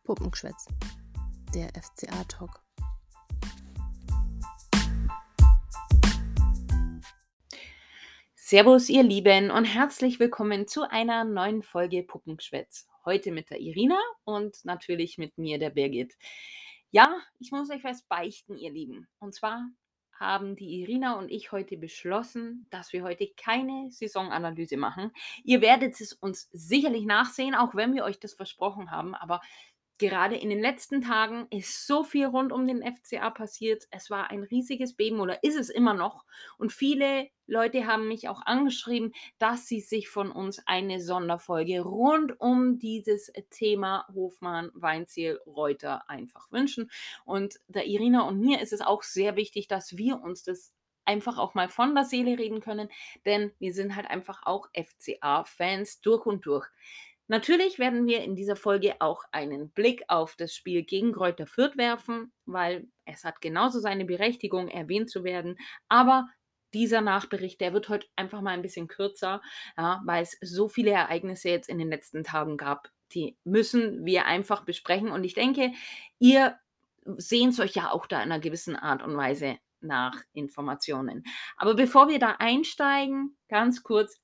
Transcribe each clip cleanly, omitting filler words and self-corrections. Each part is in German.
Puppengeschwätz, der FCA-Talk. Servus, ihr Lieben, und herzlich willkommen zu einer neuen Folge Puppengeschwätz. Heute mit der Irina und natürlich mit mir, der Birgit. Ja, ich muss euch was beichten, ihr Lieben. Und zwar haben die Irina und ich heute beschlossen, dass wir heute keine Saisonanalyse machen. Ihr werdet es uns sicherlich nachsehen, auch wenn wir euch das versprochen haben, aber gerade in den letzten Tagen ist so viel rund um den FCA passiert. Es war ein riesiges Beben oder ist es immer noch. Und viele Leute haben mich auch angeschrieben, dass sie sich von uns eine Sonderfolge rund um dieses Thema Hofmann, Weinzierl, Reuter einfach wünschen. Und der Irina und mir ist es auch sehr wichtig, dass wir uns das einfach auch mal von der Seele reden können, denn wir sind halt einfach auch FCA-Fans durch und durch. Natürlich werden wir in dieser Folge auch einen Blick auf das Spiel gegen Greuther Fürth werfen, weil es hat genauso seine Berechtigung, erwähnt zu werden. Aber dieser Nachbericht, der wird heute einfach mal ein bisschen kürzer, ja, weil es so viele Ereignisse jetzt in den letzten Tagen gab. Die müssen wir einfach besprechen. Und ich denke, ihr sehnt euch ja auch da in einer gewissen Art und Weise nach Informationen. Aber bevor wir da einsteigen, ganz kurz,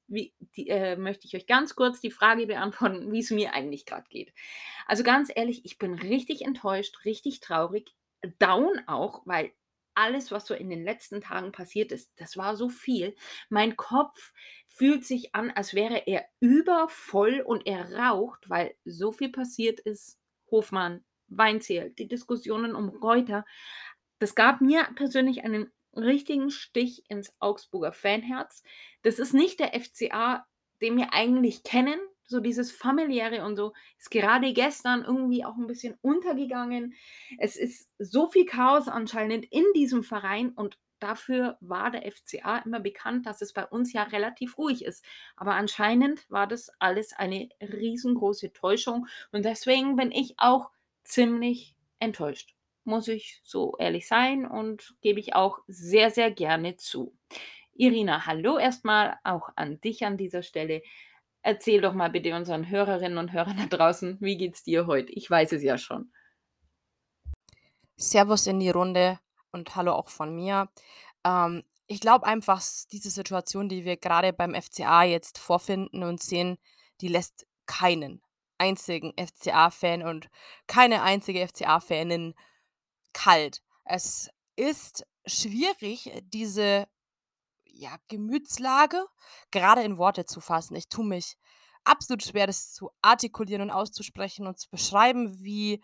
möchte ich euch ganz kurz die Frage beantworten, wie es mir eigentlich gerade geht. Also ganz ehrlich, ich bin richtig enttäuscht, richtig traurig, down auch, weil alles, was so in den letzten Tagen passiert ist, das war so viel. Mein Kopf fühlt sich an, als wäre er übervoll und er raucht, weil so viel passiert ist. Hofmann, Weinzierl, die Diskussionen um Reuter. Das gab mir persönlich einen richtigen Stich ins Augsburger Fanherz. Das ist nicht der FCA, den wir eigentlich kennen. So dieses familiäre und so ist gerade gestern irgendwie auch ein bisschen untergegangen. Es ist so viel Chaos anscheinend in diesem Verein und dafür war der FCA immer bekannt, dass es bei uns ja relativ ruhig ist. Aber anscheinend war das alles eine riesengroße Täuschung und deswegen bin ich auch ziemlich enttäuscht, muss ich so ehrlich sein und gebe ich auch sehr, sehr gerne zu. Irina, hallo erstmal auch an dich an dieser Stelle. Erzähl doch mal bitte unseren Hörerinnen und Hörern da draußen, wie geht's dir heute? Ich weiß es ja schon. Servus in die Runde und hallo auch von mir. Ich glaube einfach, diese Situation, die wir gerade beim FCA jetzt vorfinden und sehen, die lässt keinen einzigen FCA-Fan und keine einzige FCA-Fanin kalt. Es ist schwierig, diese, ja, Gemütslage gerade in Worte zu fassen. Ich tue mich absolut schwer, das zu artikulieren und auszusprechen und zu beschreiben,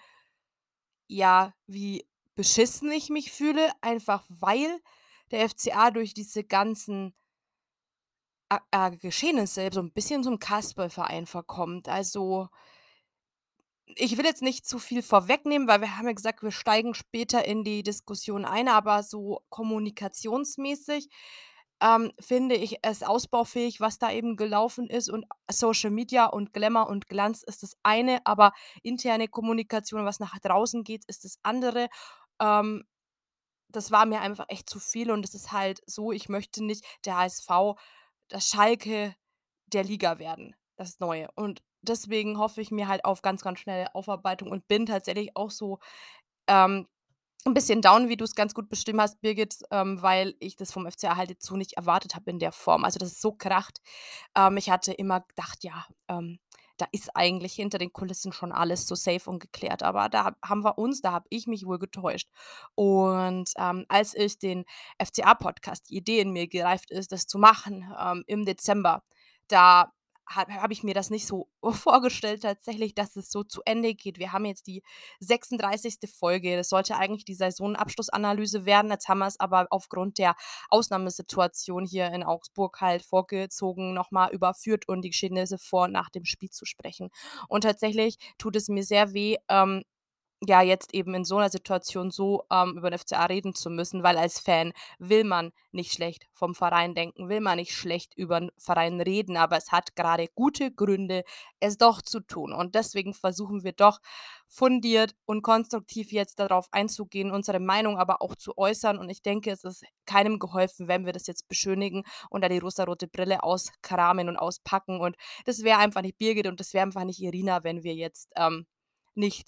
wie beschissen ich mich fühle, einfach weil der FCA durch diese ganzen Geschehnisse so ein bisschen zum Kasperlverein verkommt. Also, ich will jetzt nicht zu viel vorwegnehmen, weil wir haben ja gesagt, wir steigen später in die Diskussion ein, aber so kommunikationsmäßig, finde ich es ausbaufähig, was da eben gelaufen ist, und Social Media und Glamour und Glanz ist das eine, aber interne Kommunikation, was nach draußen geht, ist das andere. Ähm, Das war mir einfach echt zu viel und es ist halt so, ich möchte nicht der HSV, das Schalke der Liga werden, das Neue. Und deswegen hoffe ich mir halt auf ganz, ganz schnelle Aufarbeitung und bin tatsächlich auch so, ähm, 'n bisschen down, wie du es ganz gut beschrieben hast, Birgit, weil ich das vom FCA halt jetzt so nicht erwartet habe in der Form. Also, dass es so kracht. Ich hatte immer gedacht, ja, da ist eigentlich hinter den Kulissen schon alles so safe und geklärt, aber da habe ich mich wohl getäuscht. Und, als ich den FCA-Podcast, die Idee in mir gereift ist, das zu machen, im Dezember, da habe ich mir das nicht so vorgestellt tatsächlich, dass es so zu Ende geht. Wir haben jetzt die 36. Folge. Das sollte eigentlich die Saisonabschlussanalyse werden. Jetzt haben wir es aber aufgrund der Ausnahmesituation hier in Augsburg halt vorgezogen, nochmal über Fürth und die Geschehnisse vor und nach dem Spiel zu sprechen. Und tatsächlich tut es mir sehr weh, ja, jetzt eben in so einer Situation so, über den FCA reden zu müssen, weil als Fan will man nicht schlecht vom Verein denken, will man nicht schlecht über 'n Verein reden, aber es hat gerade gute Gründe, es doch zu tun. Und deswegen versuchen wir doch fundiert und konstruktiv jetzt darauf einzugehen, unsere Meinung aber auch zu äußern. Und ich denke, es ist keinem geholfen, wenn wir das jetzt beschönigen und da die rosarote Brille auskramen und auspacken. Und das wäre einfach nicht Birgit und das wäre einfach nicht Irina, wenn wir jetzt, nicht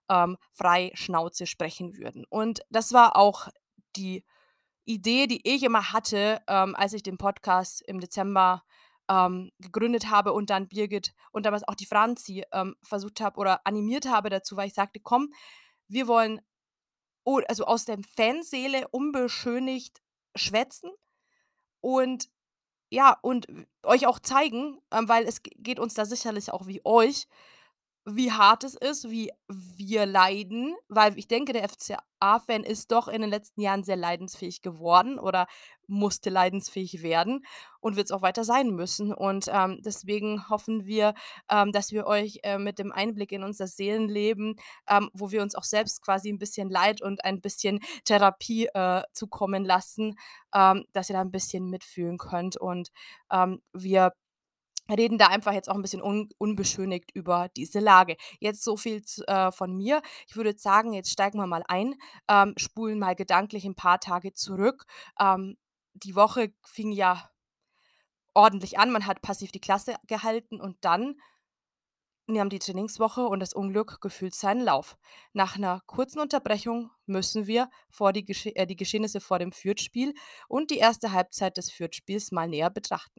frei Schnauze sprechen würden. Und das war auch die Idee, die ich immer hatte, als ich den Podcast im Dezember, gegründet habe und dann Birgit und damals auch die Franzi, versucht habe oder animiert habe dazu, weil ich sagte: „Komm, wir wollen also aus der Fanseele unbeschönigt schwätzen und ja, und euch auch zeigen, weil es geht uns da sicherlich auch wie euch, wie hart es ist, wie wir leiden, weil ich denke, der FCA-Fan ist doch in den letzten Jahren sehr leidensfähig geworden oder musste leidensfähig werden und wird es auch weiter sein müssen. Und, deswegen hoffen wir, dass wir euch, mit dem Einblick in unser Seelenleben, wo wir uns auch selbst quasi ein bisschen Leid und ein bisschen Therapie, zukommen lassen, dass ihr da ein bisschen mitfühlen könnt. Und, wir reden da einfach jetzt auch ein bisschen unbeschönigt über diese Lage. Jetzt so viel von mir. Ich würde jetzt sagen, jetzt steigen wir mal ein, spulen mal gedanklich ein paar Tage zurück. Die Woche fing ja ordentlich an. Man hat passiv die Klasse gehalten und dann nahm die Trainingswoche und das Unglück gefühlt seinen Lauf. Nach einer kurzen Unterbrechung müssen wir vor die Geschehnisse vor dem Fürth-Spiel und die erste Halbzeit des Fürth-Spiels mal näher betrachten.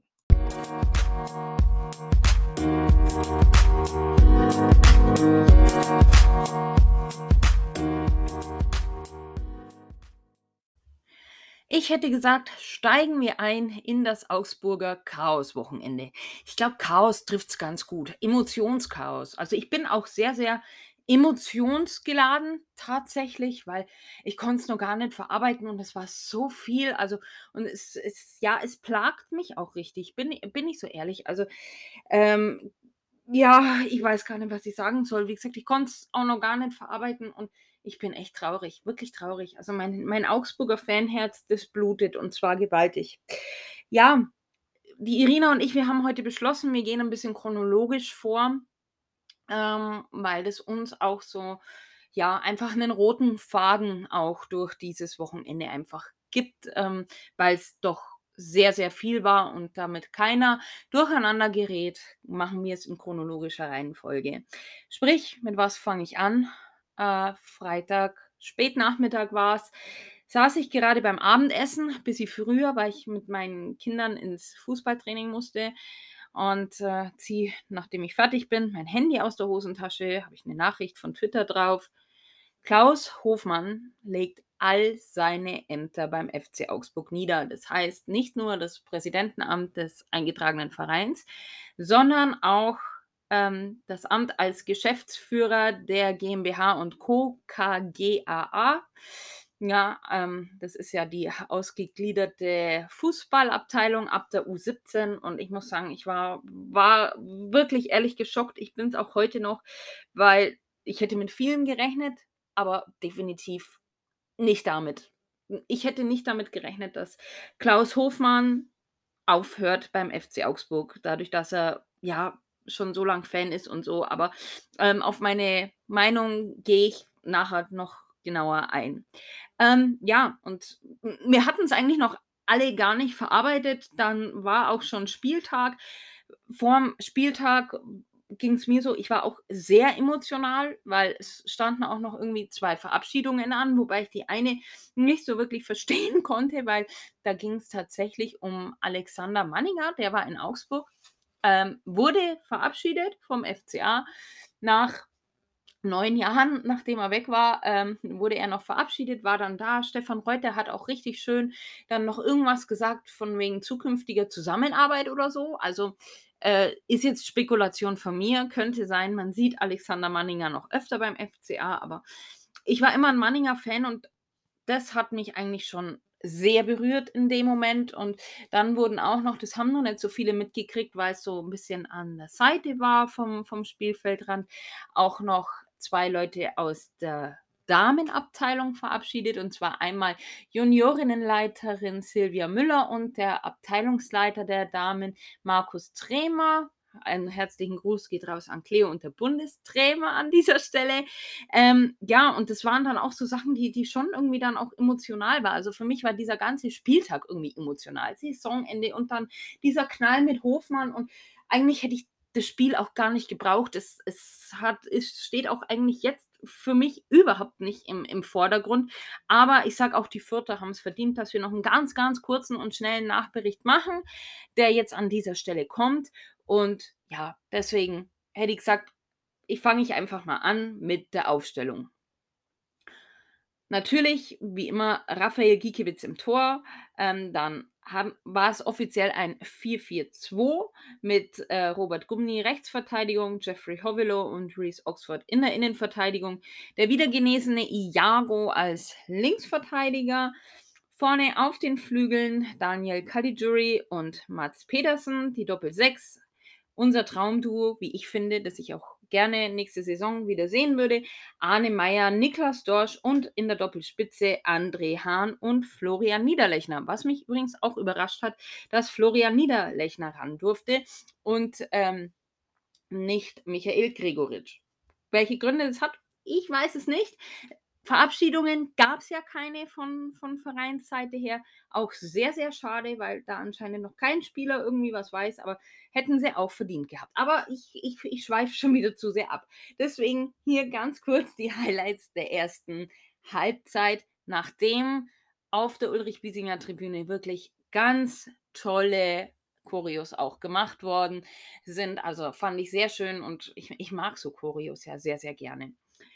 Ich hätte gesagt, steigen wir ein in das Augsburger Chaos-Wochenende. Ich glaube, Chaos trifft es ganz gut. Emotionschaos. Also ich bin auch sehr, sehr emotionsgeladen tatsächlich, weil ich konnte es noch gar nicht verarbeiten und es war so viel. Also, und ja, es plagt mich auch richtig. Bin ich so ehrlich. Also, ähm, ja, ich weiß gar nicht, was ich sagen soll. Wie gesagt, ich konnte es auch noch gar nicht verarbeiten und ich bin echt traurig, wirklich traurig. Also mein Augsburger Fanherz, das blutet und zwar gewaltig. Ja, die Irina und ich, wir haben heute beschlossen, wir gehen ein bisschen chronologisch vor, weil das uns auch so, ja, einfach einen roten Faden auch durch dieses Wochenende einfach gibt, weil es doch sehr, sehr viel war und damit keiner durcheinander gerät, machen wir es in chronologischer Reihenfolge. Sprich, mit was fange ich an? Freitag, Spätnachmittag war es, saß ich gerade beim Abendessen, bisschen früher, weil ich mit meinen Kindern ins Fußballtraining musste und, ziehe, nachdem ich fertig bin, mein Handy aus der Hosentasche, habe ich eine Nachricht von Twitter drauf. Klaus Hofmann legt all seine Ämter beim FC Augsburg nieder. Das heißt, nicht nur das Präsidentenamt des eingetragenen Vereins, sondern auch, das Amt als Geschäftsführer der GmbH und Co. KGaA. Ja, das ist ja die ausgegliederte Fußballabteilung ab der U17 und ich muss sagen, ich war wirklich ehrlich geschockt. Ich bin es auch heute noch, weil ich hätte mit vielem gerechnet, aber definitiv nicht damit. Ich hätte nicht damit gerechnet, dass Klaus Hofmann aufhört beim FC Augsburg, dadurch, dass er, ja, schon so lang Fan ist und so, aber, auf meine Meinung gehe ich nachher noch genauer ein. Ja, und wir hatten es eigentlich noch alle gar nicht verarbeitet. Dann war auch schon Spieltag. Vorm Spieltag ging es mir so, ich war auch sehr emotional, weil es standen auch noch irgendwie 2 Verabschiedungen an, wobei ich die eine nicht so wirklich verstehen konnte, weil da ging es tatsächlich um Alexander Manninger, der war in Augsburg, wurde verabschiedet vom FCA nach 9 Jahren, nachdem er weg war, wurde er noch verabschiedet, war dann da. Stefan Reuter hat auch richtig schön dann noch irgendwas gesagt von wegen zukünftiger Zusammenarbeit oder so. Also, ist jetzt Spekulation von mir, könnte sein, man sieht Alexander Manninger noch öfter beim FCA, aber ich war immer ein Manninger-Fan und das hat mich eigentlich schon sehr berührt in dem Moment und dann wurden auch noch, das haben noch nicht so viele mitgekriegt, weil es so ein bisschen an der Seite war vom Spielfeldrand, auch noch 2 Leute aus der Damenabteilung verabschiedet, und zwar einmal Juniorinnenleiterin Silvia Müller und der Abteilungsleiter der Damen Markus Tremer. Einen herzlichen Gruß geht raus an Cleo und der Bundestrainer an dieser Stelle. Ja, und das waren dann auch so Sachen, die schon irgendwie dann auch emotional war. Also, für mich war dieser ganze Spieltag irgendwie emotional. Saisonende und dann dieser Knall mit Hofmann und eigentlich hätte ich das Spiel auch gar nicht gebraucht. Es steht auch eigentlich jetzt für mich überhaupt nicht im Vordergrund. Aber ich sage auch, die Fürther haben es verdient, dass wir noch einen ganz, ganz kurzen und schnellen Nachbericht machen, der jetzt an dieser Stelle kommt. Und ja, deswegen hätte ich gesagt, fange ich einfach mal an mit der Aufstellung. Natürlich, wie immer, Rafael Gikiewicz im Tor. Dann war es offiziell ein 4-4-2 mit Robert Gumni Rechtsverteidigung, Jeffrey Hovelow und Reece Oxford in der Innenverteidigung. Der wiedergenesene Iago als Linksverteidiger. Vorne auf den Flügeln Daniel Caligiuri und Mats Pedersen, die Doppel-6. Unser Traumduo, wie ich finde, das ich auch gerne nächste Saison wieder sehen würde. Arne Meyer, Niklas Dorsch und in der Doppelspitze André Hahn und Florian Niederlechner. Was mich übrigens auch überrascht hat, dass Florian Niederlechner ran durfte und nicht Michael Gregoritsch. Welche Gründe das hat, ich weiß es nicht. Verabschiedungen gab es ja keine von Vereinsseite her. Auch sehr, sehr schade, weil da anscheinend noch kein Spieler irgendwie was weiß, aber hätten sie auch verdient gehabt. Aber ich schweife schon wieder zu sehr ab. Deswegen hier ganz kurz die Highlights der ersten Halbzeit, nachdem auf der Ulrich-Biesinger-Tribüne wirklich ganz tolle Choreos auch gemacht worden sind. Also fand ich sehr schön und ich mag so Choreos ja sehr, sehr gerne.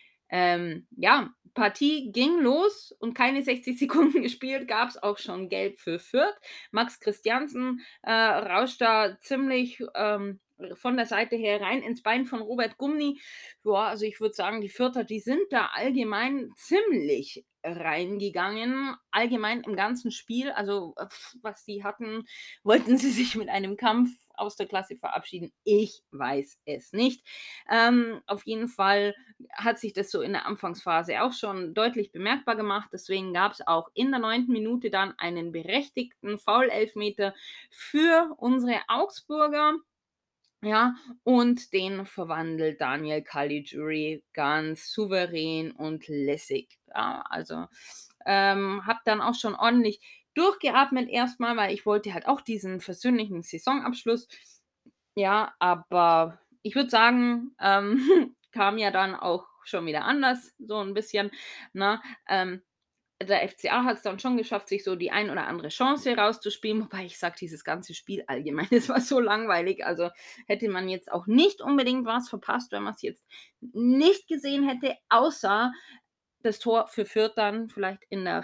Ja, Partie ging los und keine 60 Sekunden gespielt, gab es auch schon Gelb für Fürth. Max Christiansen rauscht da ziemlich von der Seite her rein ins Bein von Robert Gumni. Ja, also ich würde sagen, die Fürther, die sind da allgemein ziemlich reingegangen, allgemein im ganzen Spiel. Also was die hatten, wollten sie sich mit einem Kampf aus der Klasse verabschieden? Ich weiß es nicht. Auf jeden Fall hat sich das so in der Anfangsphase auch schon deutlich bemerkbar gemacht. Deswegen gab es auch in der 9. Minute dann einen berechtigten Foul-Elfmeter für unsere Augsburger. Ja, und den verwandelt Daniel Caligiuri ganz souverän und lässig. Ja, also habe dann auch schon ordentlich durchgeatmet erstmal, weil ich wollte halt auch diesen versöhnlichen Saisonabschluss. Ja, aber ich würde sagen, kam ja dann auch schon wieder anders, so ein bisschen, ne? Der FCA hat es dann schon geschafft, sich so die ein oder andere Chance rauszuspielen, wobei ich sage, dieses ganze Spiel allgemein, das war so langweilig, also hätte man jetzt auch nicht unbedingt was verpasst, wenn man es jetzt nicht gesehen hätte, außer das Tor für Fürth dann vielleicht in der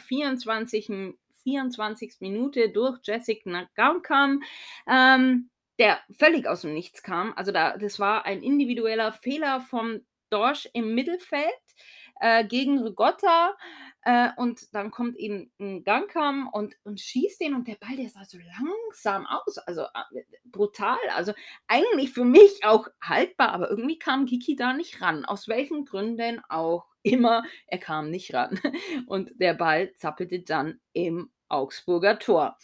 24. Minute durch Jessic Nagam, der völlig aus dem Nichts kam. Also das war ein individueller Fehler vom Dorsch im Mittelfeld gegen Rigotta. Und dann kommt eben ein Gangkam und schießt den und der Ball, der sah so langsam aus. Also brutal. Also eigentlich für mich auch haltbar, aber irgendwie kam Kiki da nicht ran. Aus welchen Gründen auch immer, er kam nicht ran. Und der Ball zappelte dann im Augsburger Tor.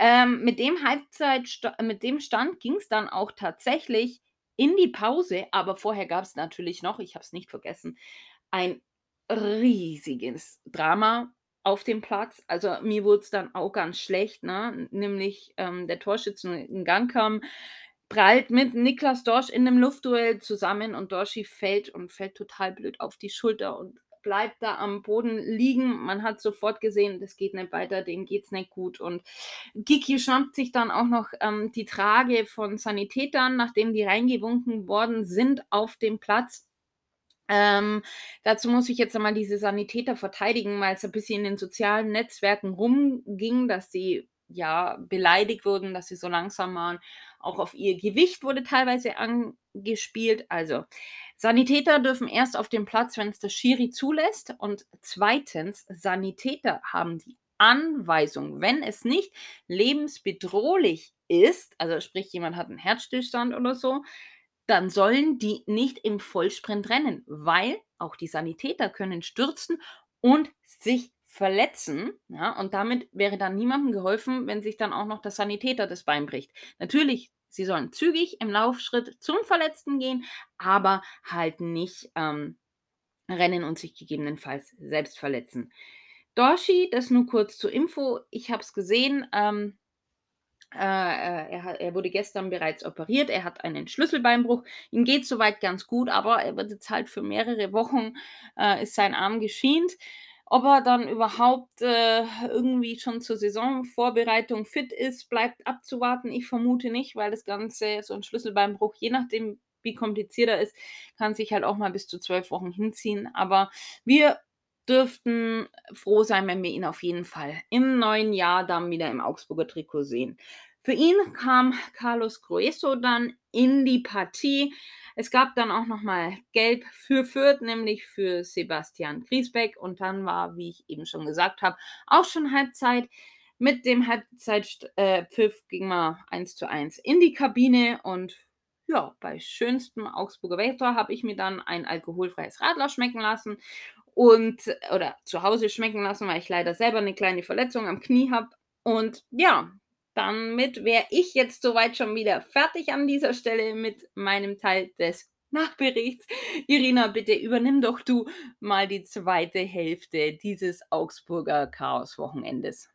Mit dem Stand ging es dann auch tatsächlich in die Pause, aber vorher gab es natürlich noch, ich habe es nicht vergessen, ein riesiges Drama auf dem Platz. Also mir wurde es dann auch ganz schlecht, ne? Nämlich der Torschütze in Gang kam, prallt mit Niklas Dorsch in einem Luftduell zusammen und Dorschi fällt total blöd auf die Schulter und bleibt da am Boden liegen. Man hat sofort gesehen, das geht nicht weiter, dem geht's nicht gut. Und Kiki schnappt sich dann auch noch die Trage von Sanitätern, nachdem die reingewunken worden sind auf dem Platz. Dazu muss ich jetzt einmal diese Sanitäter verteidigen, weil es ein bisschen in den sozialen Netzwerken rumging, dass sie ja beleidigt wurden, dass sie so langsam waren. Auch auf ihr Gewicht wurde teilweise angespielt. Also Sanitäter dürfen erst auf den Platz, wenn es der Schiri zulässt. Und zweitens, Sanitäter haben die Anweisung, wenn es nicht lebensbedrohlich ist, also sprich jemand hat einen Herzstillstand oder so, dann sollen die nicht im Vollsprint rennen, weil auch die Sanitäter können stürzen und sich verletzen. Ja, und damit wäre dann niemandem geholfen, wenn sich dann auch noch der Sanitäter das Bein bricht. Natürlich, sie sollen zügig im Laufschritt zum Verletzten gehen, aber halt nicht rennen und sich gegebenenfalls selbst verletzen. Dorschi, das nur kurz zur Info, ich habe es gesehen, Er wurde gestern bereits operiert. Er hat einen Schlüsselbeinbruch. Ihm geht soweit ganz gut, aber er wird jetzt halt für mehrere Wochen ist sein Arm geschient. Ob er dann überhaupt, irgendwie schon zur Saisonvorbereitung fit ist, bleibt abzuwarten. Ich vermute nicht, weil das Ganze so ein Schlüsselbeinbruch, je nachdem, wie kompliziert er ist, kann sich halt auch mal bis zu 12 Wochen hinziehen. Aber wir dürften froh sein, wenn wir ihn auf jeden Fall im neuen Jahr dann wieder im Augsburger Trikot sehen. Für ihn kam Carlos Grueso dann in die Partie. Es gab dann auch noch mal Gelb für Fürth, nämlich für Sebastian Griesbeck, und dann war, wie ich eben schon gesagt habe, auch schon Halbzeit. Mit dem Halbzeitpfiff Pfiff gingen wir 1:1 in die Kabine, und ja, bei schönstem Augsburger Wetter habe ich mir dann ein alkoholfreies Radler schmecken lassen und oder zu Hause schmecken lassen, weil ich leider selber eine kleine Verletzung am Knie habe. Und ja, damit wäre ich jetzt soweit schon wieder fertig an dieser Stelle mit meinem Teil des Nachberichts. Irina, bitte übernimm doch du mal die zweite Hälfte dieses Augsburger Chaoswochenendes.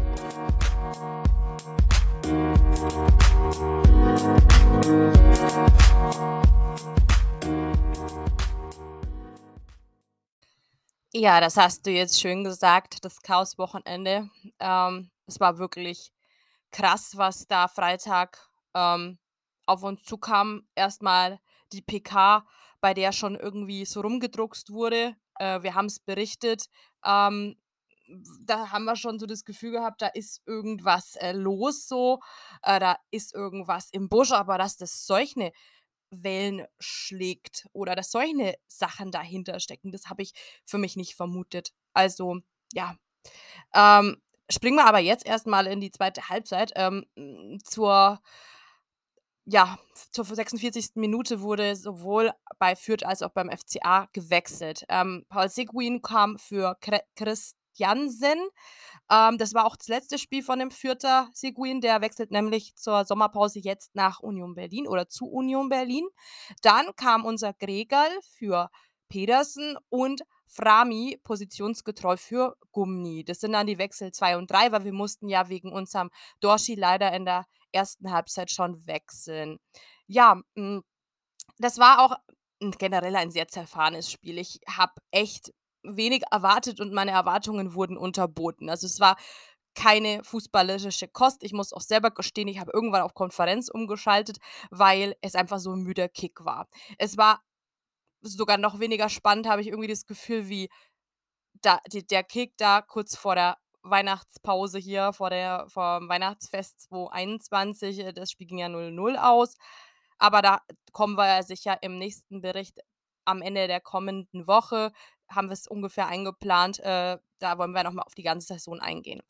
Ja, das hast du jetzt schön gesagt, das Chaoswochenende. Es war wirklich krass, was da Freitag, auf uns zukam. Erstmal die PK, bei der schon irgendwie so rumgedruckst wurde. Wir haben es berichtet. Ähm, Da haben wir schon so das Gefühl gehabt, da ist irgendwas, los so. Da ist irgendwas im Busch, aber dass das solche Wellen schlägt oder dass solche Sachen dahinter stecken, das habe ich für mich nicht vermutet. Also, ja. Springen wir aber jetzt erst mal in die zweite Halbzeit. Zur 46. Minute wurde sowohl bei Fürth als auch beim FCA gewechselt. Paul Seguin kam für Christiansen. Das war auch das letzte Spiel von dem Fürther Seguin. Der wechselt nämlich zur Sommerpause jetzt nach Union Berlin oder zu Union Berlin. Dann kam unser Gregal für Pedersen und Frami positionsgetreu für Gumni. Das sind dann die Wechsel 2 und 3, weil wir mussten ja wegen unserem Dorschi leider in der ersten Halbzeit schon wechseln. Ja, das war auch 'n generell ein sehr zerfahrenes Spiel. Ich habe echt wenig erwartet und meine Erwartungen wurden unterboten. Also, es war keine fußballerische Kost. Ich muss auch selber gestehen, ich habe irgendwann auf Konferenz umgeschaltet, weil es einfach so 'n müder Kick war. Es war sogar noch weniger spannend, habe ich irgendwie das Gefühl, wie der Kick da kurz vor der Weihnachtspause hier, vorm Weihnachtsfest 2021, das Spiel ging ja 0:0 aus, aber da kommen wir ja sicher im nächsten Bericht am Ende der kommenden Woche haben wir's ungefähr eingeplant, da wollen wir noch mal auf die ganze Saison eingehen.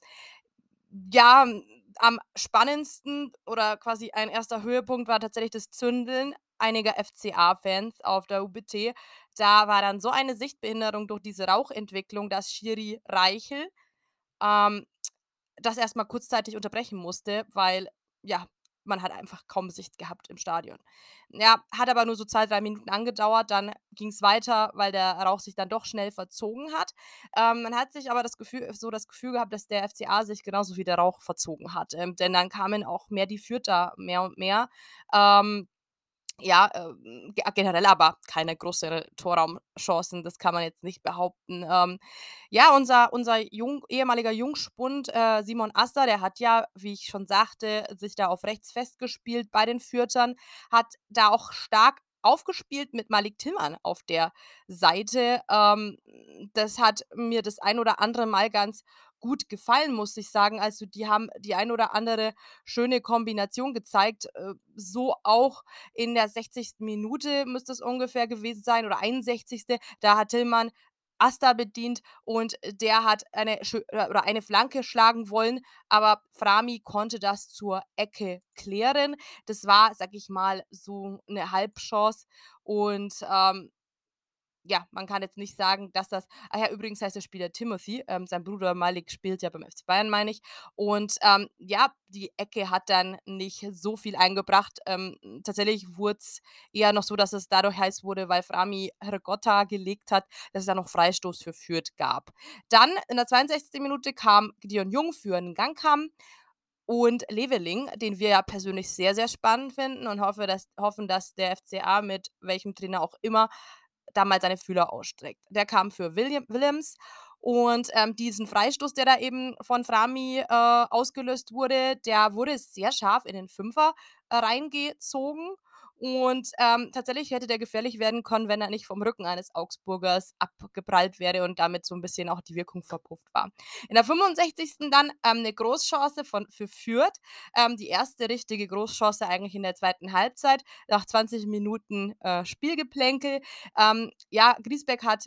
Ja, am spannendsten oder quasi ein erster Höhepunkt war tatsächlich das Zündeln einiger FCA-Fans auf der UBT. Da war dann so eine Sichtbehinderung durch diese Rauchentwicklung, dass Schiri Reichel, ähm, das erst mal kurzzeitig unterbrechen musste, weil, ja, man hat einfach kaum Sicht gehabt im Stadion. Ja, hat aber nur so 2, 3 Minuten angedauert, dann ging's weiter, weil der Rauch sich dann doch schnell verzogen hat. Man hat sich aber das Gefühl gehabt, dass der FCA sich genauso wie der Rauch verzogen hat, denn dann kamen auch mehr die Fürther mehr und mehr. Ähm ja, generell aber keine größere Torraumchancen, das kann man jetzt nicht behaupten. Ja, unser ehemaliger Jungspund, Simon Asta, der hat ja, wie ich schon sagte, sich da auf rechts festgespielt bei den Fürthern, hat da auch stark aufgespielt mit Malik Tillmann auf der Seite. Das hat mir das ein oder andere Mal ganz gut gefallen, muss ich sagen. Also, die haben die ein oder andere schöne Kombination gezeigt, so auch in der 60. Minute müsste es ungefähr gewesen sein oder 61. Da hat Tillmann Asta bedient und der hat eine Flanke schlagen wollen, aber Frami konnte das zur Ecke klären. Das war, sage ich mal, so eine Halbchance und, ja, man kann jetzt nicht sagen, dass das ja, übrigens heißt der Spieler Timothy, sein Bruder Malik spielt ja beim FC Bayern, meine ich. Und, ja, die Ecke hat dann nicht so viel eingebracht. Tatsächlich wurde es eher noch so, dass es dadurch heiß wurde, weil Frami Hrgotta gelegt hat, dass es da noch Freistoß für Fürth gab. Dann in der 62. Minute kam Gideon Jung für 'n Gangkamm und Leveling, den wir ja persönlich sehr, sehr spannend finden und hoffen, dass der FCA mit welchem Trainer auch immer da mal seine Fühler ausstreckt. Der kam für Willems und, diesen Freistoß, der da eben von Frami, ausgelöst wurde, der wurde sehr scharf in den Fünfer, reingezogen und, tatsächlich hätte der gefährlich werden können, wenn er nicht vom Rücken eines Augsburgers abgeprallt wäre und damit so ein bisschen auch die Wirkung verpufft war. In der 65. dann, 'ne Großchance für Fürth, die erste richtige Großchance eigentlich in der zweiten Halbzeit nach 20 Minuten, Spielgeplänkel. Ja, Griesbeck hat,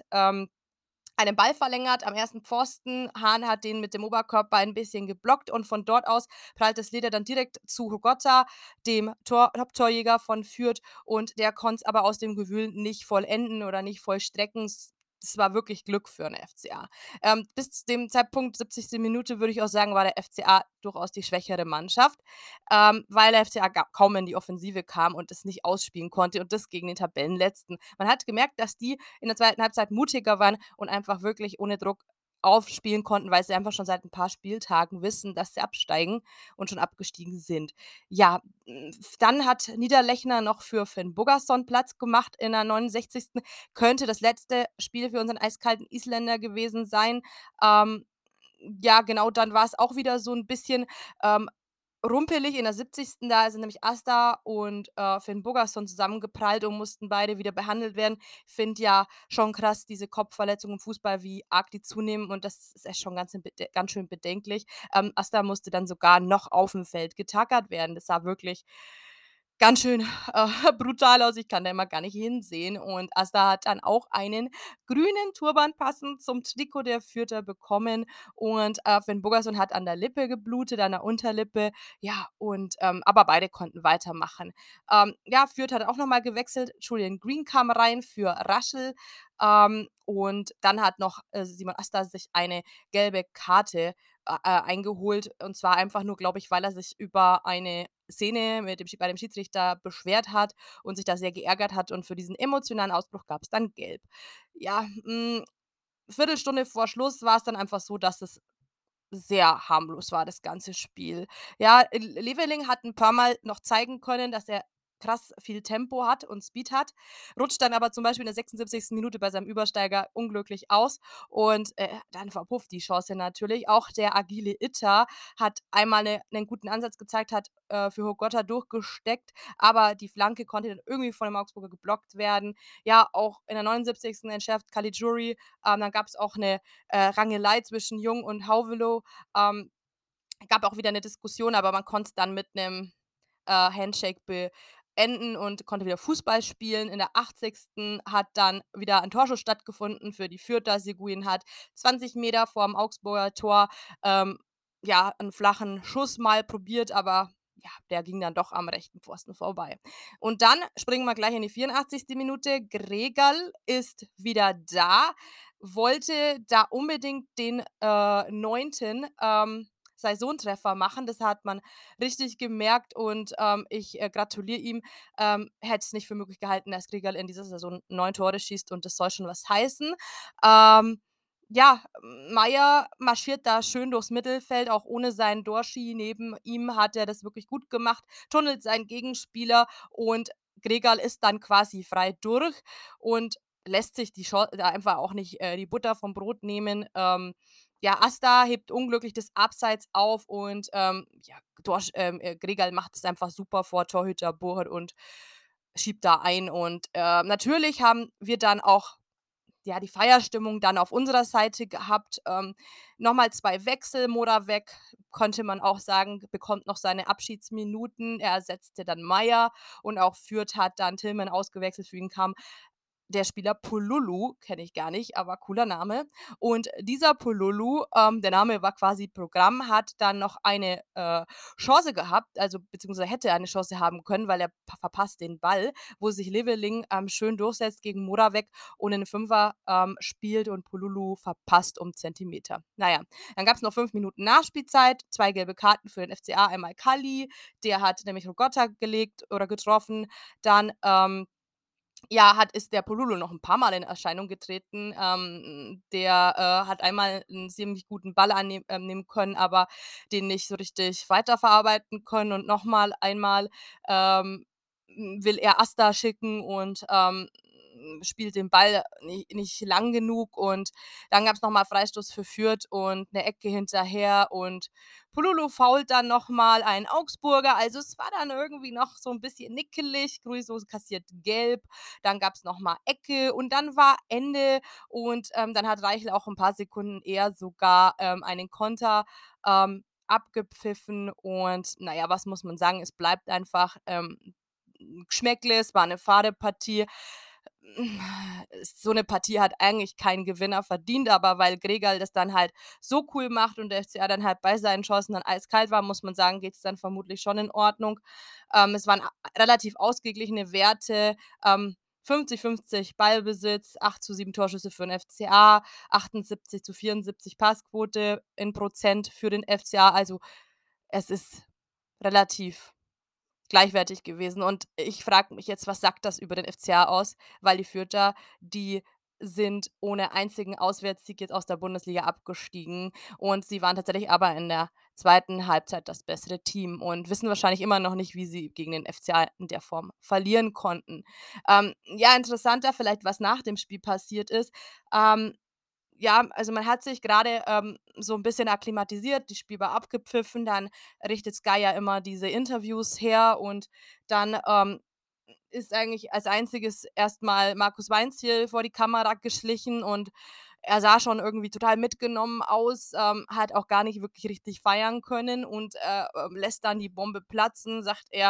einen Ball verlängert am ersten Pfosten. Hahn hat den mit dem Oberkörper ein bisschen geblockt und von dort aus prallt das Leder dann direkt zu Hogotta, dem Top-Torjäger von Fürth, und der konnte es aber aus dem Gewühl nicht vollenden oder nicht vollstrecken. Das war wirklich Glück für 'n FCA. Bis zu dem Zeitpunkt, 70. Minute, würde ich auch sagen, war der FCA durchaus die schwächere Mannschaft, weil der FCA kaum in die Offensive kam und es nicht ausspielen konnte und das gegen den Tabellenletzten. Man hat gemerkt, dass die in der zweiten Halbzeit mutiger waren und einfach wirklich ohne Druck aufspielen konnten, weil sie einfach schon seit ein paar Spieltagen wissen, dass sie absteigen und schon abgestiegen sind. Ja, dann hat Niederlechner noch für Finn Bogason Platz gemacht in der 69. Könnte das letzte Spiel für unseren eiskalten Isländer gewesen sein. Ähm, ja, genau, dann war es auch wieder so ein bisschen, ähm, rumpelig. In der 70. Da sind nämlich Asta und, Finn Bogason zusammengeprallt und mussten beide wieder behandelt werden. Finde ja schon krass, diese Kopfverletzungen im Fußball, wie arg die zunehmen, und das ist echt schon ganz schön bedenklich. Asta musste dann sogar noch auf dem Feld getackert werden. Das sah wirklich ganz schön, brutal aus. Ich kann da immer gar nicht hinsehen. Und Asta hat dann auch einen grünen Turban passend zum Trikot der Fürther bekommen. Und, Finn Bogason hat an der Lippe geblutet, an der Unterlippe. Ja, und, aber beide konnten weitermachen. Ja, Fürth hat auch noch mal gewechselt. Julian Green kam rein für Raschel. Und dann hat noch, Simon Asta sich eine gelbe Karte, eingeholt. Und zwar einfach nur, glaube ich, weil er sich über eine Szene bei dem Schiedsrichter beschwert hat und sich da sehr geärgert hat, und für diesen emotionalen Ausbruch gab es dann Gelb. Ja, Viertelstunde vor Schluss war es dann einfach so, dass es sehr harmlos war, das ganze Spiel. Ja, Leveling hat ein paar Mal noch zeigen können, dass er krass viel Tempo hat und Speed hat, rutscht dann aber zum Beispiel in der 76. Minute bei seinem Übersteiger unglücklich aus und, dann verpufft die Chance natürlich. Auch der agile Itter hat einmal 'nen guten Ansatz gezeigt, hat, für Hogotta durchgesteckt, aber die Flanke konnte dann irgendwie von dem Augsburger geblockt werden. Ja, auch in der 79. entschärft Caligiuri. Dann gab's auch 'ne, Rangelei zwischen Jung und Hauvelow. Ähm, Gab auch wieder eine Diskussion, aber man konnte es dann mit einem Handshake beenden und konnte wieder Fußball spielen. In der 80. hat dann wieder ein Torschuss stattgefunden für die Fürther. Seguin hat 20 Meter vorm Augsburger Tor, ähm, ja, einen flachen Schuss mal probiert, aber ja, der ging dann doch am rechten Pfosten vorbei. Und dann springen wir gleich in die 84. Minute. Gregal ist wieder da, wollte da unbedingt den, 9., Saisontreffer machen. Das hat man richtig gemerkt und, ich, gratuliere ihm. Hätte es nicht für möglich gehalten, dass Gregal in dieser Saison 9 Tore schießt, und das soll schon was heißen. Ja, Maier marschiert da schön durchs Mittelfeld, auch ohne seinen Dorschi. Neben ihm hat er das wirklich gut gemacht, tunnelt seinen Gegenspieler, und Gregal ist dann quasi frei durch und lässt sich da einfach auch nicht, die Butter vom Brot nehmen. Ja, Asta hebt unglücklich das Abseits auf und, ja, Gregal macht es einfach super vor Torhüter Burchard und schiebt da ein. Und, natürlich haben wir dann auch, ja, die Feierstimmung dann auf unserer Seite gehabt. Noch mal 2 Wechsel. Moravec, konnte man auch sagen, bekommt noch seine Abschiedsminuten. Er ersetzte dann Maier, und auch Fürth hat dann Tillmann ausgewechselt. Für ihn kam der Spieler Polulu, kenne ich gar nicht, aber cooler Name. Und dieser Polulu, der Name war quasi Programm, hat dann noch eine, Chance gehabt, also beziehungsweise hätte eine Chance haben können, weil er verpasst den Ball, wo sich Leveling, schön durchsetzt gegen Moravec und in 'nen Fünfer, spielt, und Polulu verpasst um Zentimeter. Na ja, dann gab's noch 5 Minuten Nachspielzeit, 2 gelbe Karten für den FCA, einmal Kalli, der hat nämlich Rogotta gelegt oder getroffen. Dann, ja, ist der Polulu noch ein paar Mal in Erscheinung getreten. Der, hat einmal einen ziemlich guten Ball nehmen können, aber den nicht so richtig weiterverarbeiten können und noch mal einmal, ähm, will er Asta schicken und, spielt den Ball nicht lang genug und dann gab's noch mal Freistoß für Fürth und eine Ecke hinterher und Polulu foult dann noch mal einen Augsburger. Also, es war dann irgendwie noch so ein bisschen nickelig. Gruiso kassiert gelb, dann gab's noch mal Ecke und dann war Ende und, dann hat Reichel auch ein paar Sekunden eher sogar, einen Konter, abgepfiffen und na ja, was muss man sagen? Es bleibt einfach, Geschmäckle, es war 'ne fade Partie. So 'ne Partie hat eigentlich kein Gewinner verdient, aber weil Gregal das dann halt so cool macht und der FCA dann halt bei seinen Chancen dann eiskalt war, muss man sagen, geht's dann vermutlich schon in Ordnung. Es waren a relativ ausgeglichene Werte, 50:50 Ballbesitz, 8:7 Torschüsse für den FCA, 78:74 Passquote in Prozent für den FCA. Also, es ist relativ gleichwertig gewesen. Und ich frage mich jetzt, was sagt das über den FCA aus? Weil die Fürther, die sind ohne einzigen Auswärtssieg jetzt aus der Bundesliga abgestiegen und sie waren tatsächlich aber in der zweiten Halbzeit das bessere Team und wissen wahrscheinlich immer noch nicht, wie sie gegen den FCA in der Form verlieren konnten. Ja, interessanter vielleicht, was nach dem Spiel passiert ist. Ähm, ja, also man hat sich gerade so ein bisschen akklimatisiert, die Spiel war abgepfiffen, dann richtet Sky ja immer diese Interviews her und dann, ist eigentlich als Einziges erstmal Markus Weinzierl vor die Kamera geschlichen und er sah schon irgendwie total mitgenommen aus, hat auch gar nicht wirklich richtig feiern können und, lässt dann die Bombe platzen,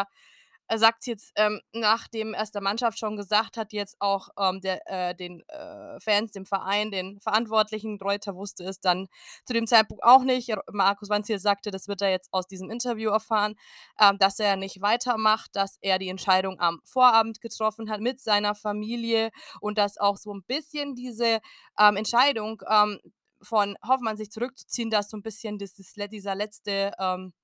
er sagt's jetzt, nachdem erst der Mannschaft schon gesagt hat, jetzt auch, den, Fans, dem Verein, den Verantwortlichen. Reuter wusste es dann zu dem Zeitpunkt auch nicht. Markus Weinzierl sagte, das wird er jetzt aus diesem Interview erfahren, dass er nicht weitermacht, dass er die Entscheidung am Vorabend getroffen hat mit seiner Familie und dass auch so ein bisschen diese, Entscheidung, von Hoffmann sich zurückzuziehen, dass so ein bisschen dieser letzte,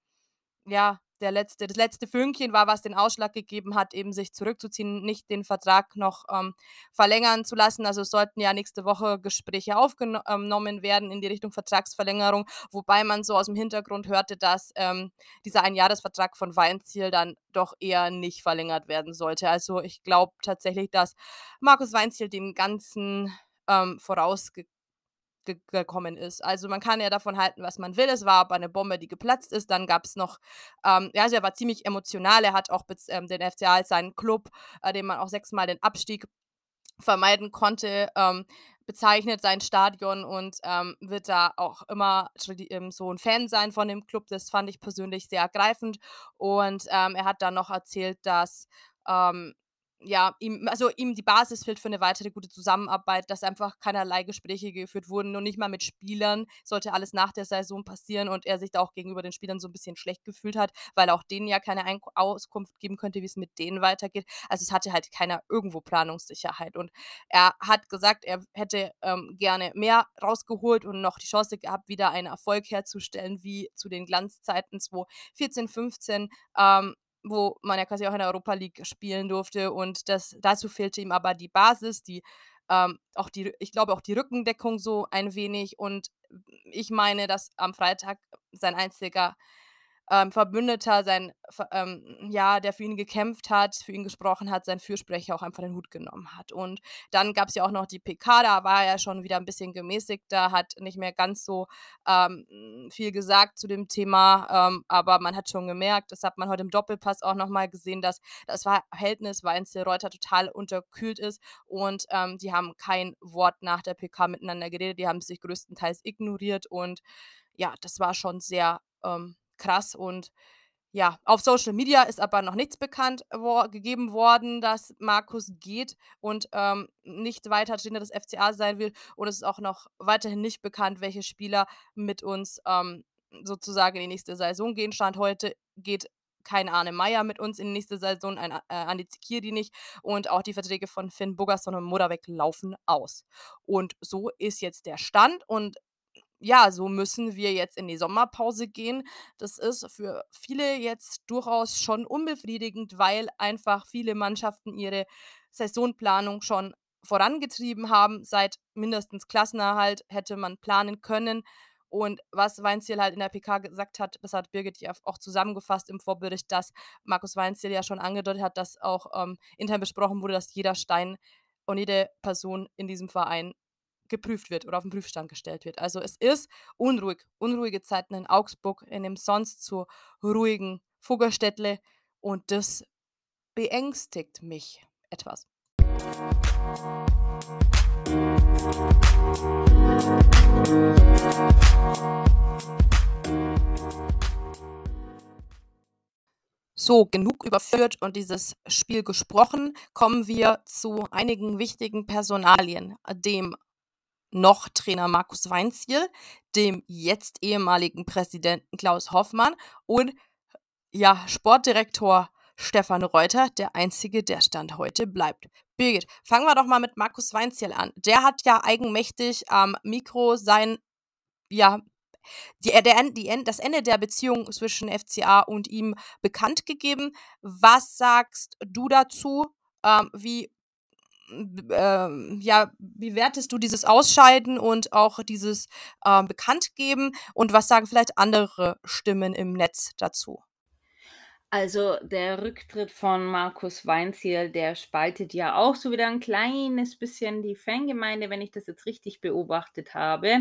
ja, das letzte Fünkchen war, was den Ausschlag gegeben hat, eben sich zurückzuziehen, nicht den Vertrag noch, verlängern zu lassen. Also, es sollten ja nächste Woche Gespräche aufgenommen werden in die Richtung Vertragsverlängerung, wobei man so aus dem Hintergrund hörte, dass, dieser Einjahresvertrag von Weinzierl dann doch eher nicht verlängert werden sollte. Also, ich glaube tatsächlich, dass Markus Weinzierl dem Ganzen, vorausge gekommen ist. Also, man kann ja davon halten, was man will. Es war aber eine Bombe, die geplatzt ist. Dann gab's noch ja, also, er war ziemlich emotional. Er hat auch den FCA als seinen Club, dem man auch sechsmal den Abstieg vermeiden konnte, bezeichnet sein Stadion und, wird da auch immer so ein Fan sein von dem Club. Das fand ich persönlich sehr ergreifend und, er hat dann noch erzählt, dass, ähm, ja, ihm die Basis fehlt für eine weitere gute Zusammenarbeit, dass einfach keinerlei Gespräche geführt wurden und nicht mal mit Spielern. Sollte alles nach der Saison passieren und er sich da auch gegenüber den Spielern so ein bisschen schlecht gefühlt hat, weil er auch denen ja keine Auskunft geben könnte, wie es mit denen weitergeht. Also, es hatte halt keiner irgendwo Planungssicherheit und er hat gesagt, er hätte, gerne mehr rausgeholt und noch die Chance gehabt, wieder einen Erfolg herzustellen wie zu den Glanzzeiten 2014, 15, wo man ja quasi auch in der Europa League spielen durfte und dazu fehlte ihm aber die Basis, auch die ich glaube auch die Rückendeckung so ein wenig und ich meine, dass am Freitag sein einziger Verbündeter, ja, der für ihn gekämpft hat, für ihn gesprochen hat, sein Fürsprecher auch einfach den Hut genommen hat. Und dann gab's ja auch noch die PK, da war er schon wieder 'n bisschen gemäßigter, hat nicht mehr ganz so, viel gesagt zu dem Thema, aber man hat schon gemerkt, das hat man heute im Doppelpass auch noch mal gesehen, dass das Verhältnis Weinzel-Reuter total unterkühlt ist und, die haben kein Wort nach der PK miteinander geredet. Die haben sich größtenteils ignoriert und ja, das war schon sehr, krass und ja, auf Social Media ist aber noch nichts bekannt gegeben worden, dass Markus geht und, nicht weiter Trainer des FCA sein will. Und es ist auch noch weiterhin nicht bekannt, welche Spieler mit uns, sozusagen in die nächste Saison gehen. Stand heute geht kein Arne Meyer mit uns in die nächste Saison, Andi Zikiri nicht und auch die Verträge von Finn Bogason und Moravec laufen aus. Und so ist jetzt der Stand und ja, so müssen wir jetzt in die Sommerpause gehen. Das ist für viele jetzt durchaus schon unbefriedigend, weil einfach viele Mannschaften ihre Saisonplanung schon vorangetrieben haben. Seit mindestens Klassenerhalt hätte man planen können. Und was Weinzierl halt in der PK gesagt hat, das hat Birgit ja auch zusammengefasst im Vorbericht, dass Markus Weinzierl ja schon angedeutet hat, dass auch, intern besprochen wurde, dass jeder Stein und jede Person in diesem Verein geprüft wird oder auf 'n Prüfstand gestellt wird. Also, es ist unruhig, unruhige Zeiten in Augsburg, in dem sonst so ruhigen Fuggerstädtle, und das beängstigt mich etwas. So, genug über Fürth und dieses Spiel gesprochen. Kommen wir zu einigen wichtigen Personalien, dem noch Trainer Markus Weinzierl, dem jetzt ehemaligen Präsidenten Klaus Hoffmann und, ja, Sportdirektor Stefan Reuter, der einzige, der Stand heute bleibt. Birgit, fangen wir doch mal mit Markus Weinzierl an. Der hat ja eigenmächtig am Mikro sein, ja, das Ende der Beziehung zwischen FCA und ihm bekannt gegeben. Was sagst du dazu? Wie ja, wie wertest du dieses Ausscheiden und auch dieses, Bekanntgeben, und was sagen vielleicht andere Stimmen im Netz dazu? Also, der Rücktritt von Markus Weinzierl, der spaltet ja auch so wieder ein kleines bisschen die Fangemeinde, wenn ich das jetzt richtig beobachtet habe.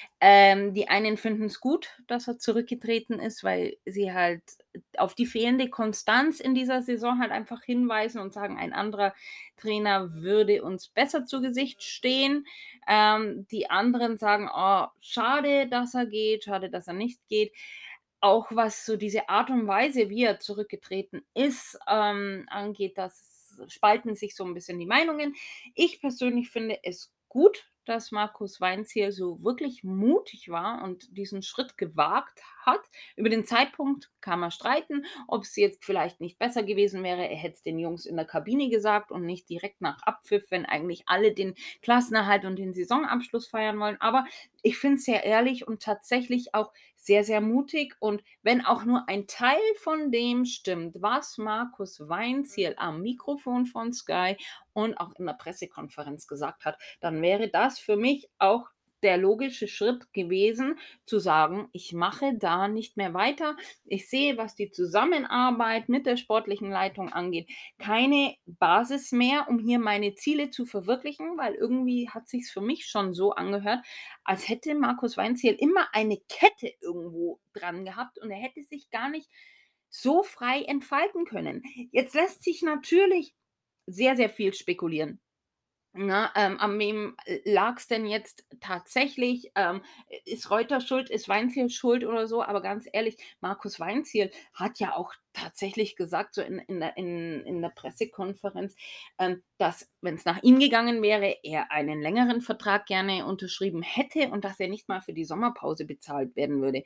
Die einen finden es gut, dass er zurückgetreten ist, weil sie halt auf die fehlende Konstanz in dieser Saison halt einfach hinweisen und sagen, ein anderer Trainer würde uns besser zu Gesicht stehen. Die anderen sagen: „Oh, schade, dass er geht, schade, dass er nicht geht.“ Auch was so diese Art und Weise, wie er zurückgetreten ist, angeht, das spalten sich so ein bisschen die Meinungen. Ich persönlich finde es gut, dass Markus Weinzierl so wirklich mutig war und diesen Schritt gewagt hat. Über den Zeitpunkt kann man streiten, ob es jetzt vielleicht nicht besser gewesen wäre, er hätte es den Jungs in der Kabine gesagt und nicht direkt nach Abpfiff, wenn eigentlich alle den Klassenerhalt und den Saisonabschluss feiern wollen. Aber ich finde es sehr ehrlich und tatsächlich auch sehr, sehr mutig. Und wenn auch nur ein Teil von dem stimmt, was Markus Weinzierl am Mikrofon von Sky und auch in der Pressekonferenz gesagt hat, dann wäre das für mich auch der logische Schritt gewesen, zu sagen: „Ich mache da nicht mehr weiter. Ich sehe, was die Zusammenarbeit mit der sportlichen Leitung angeht, keine Basis mehr, um hier meine Ziele zu verwirklichen“, weil irgendwie hat sich's für mich schon so angehört, als hätte Markus Weinzierl immer eine Kette irgendwo dran gehabt und er hätte sich gar nicht so frei entfalten können. Jetzt lässt sich natürlich sehr, sehr viel spekulieren. Ne, an wem lag's denn jetzt tatsächlich? Ist Reuter schuld, ist Weinzierl schuld oder so? Aber ganz ehrlich, Markus Weinzierl hat ja auch tatsächlich gesagt, so in der Pressekonferenz, dass, wenn es nach ihm gegangen wäre, er einen längeren Vertrag gerne unterschrieben hätte und dass er nicht mal für die Sommerpause bezahlt werden würde.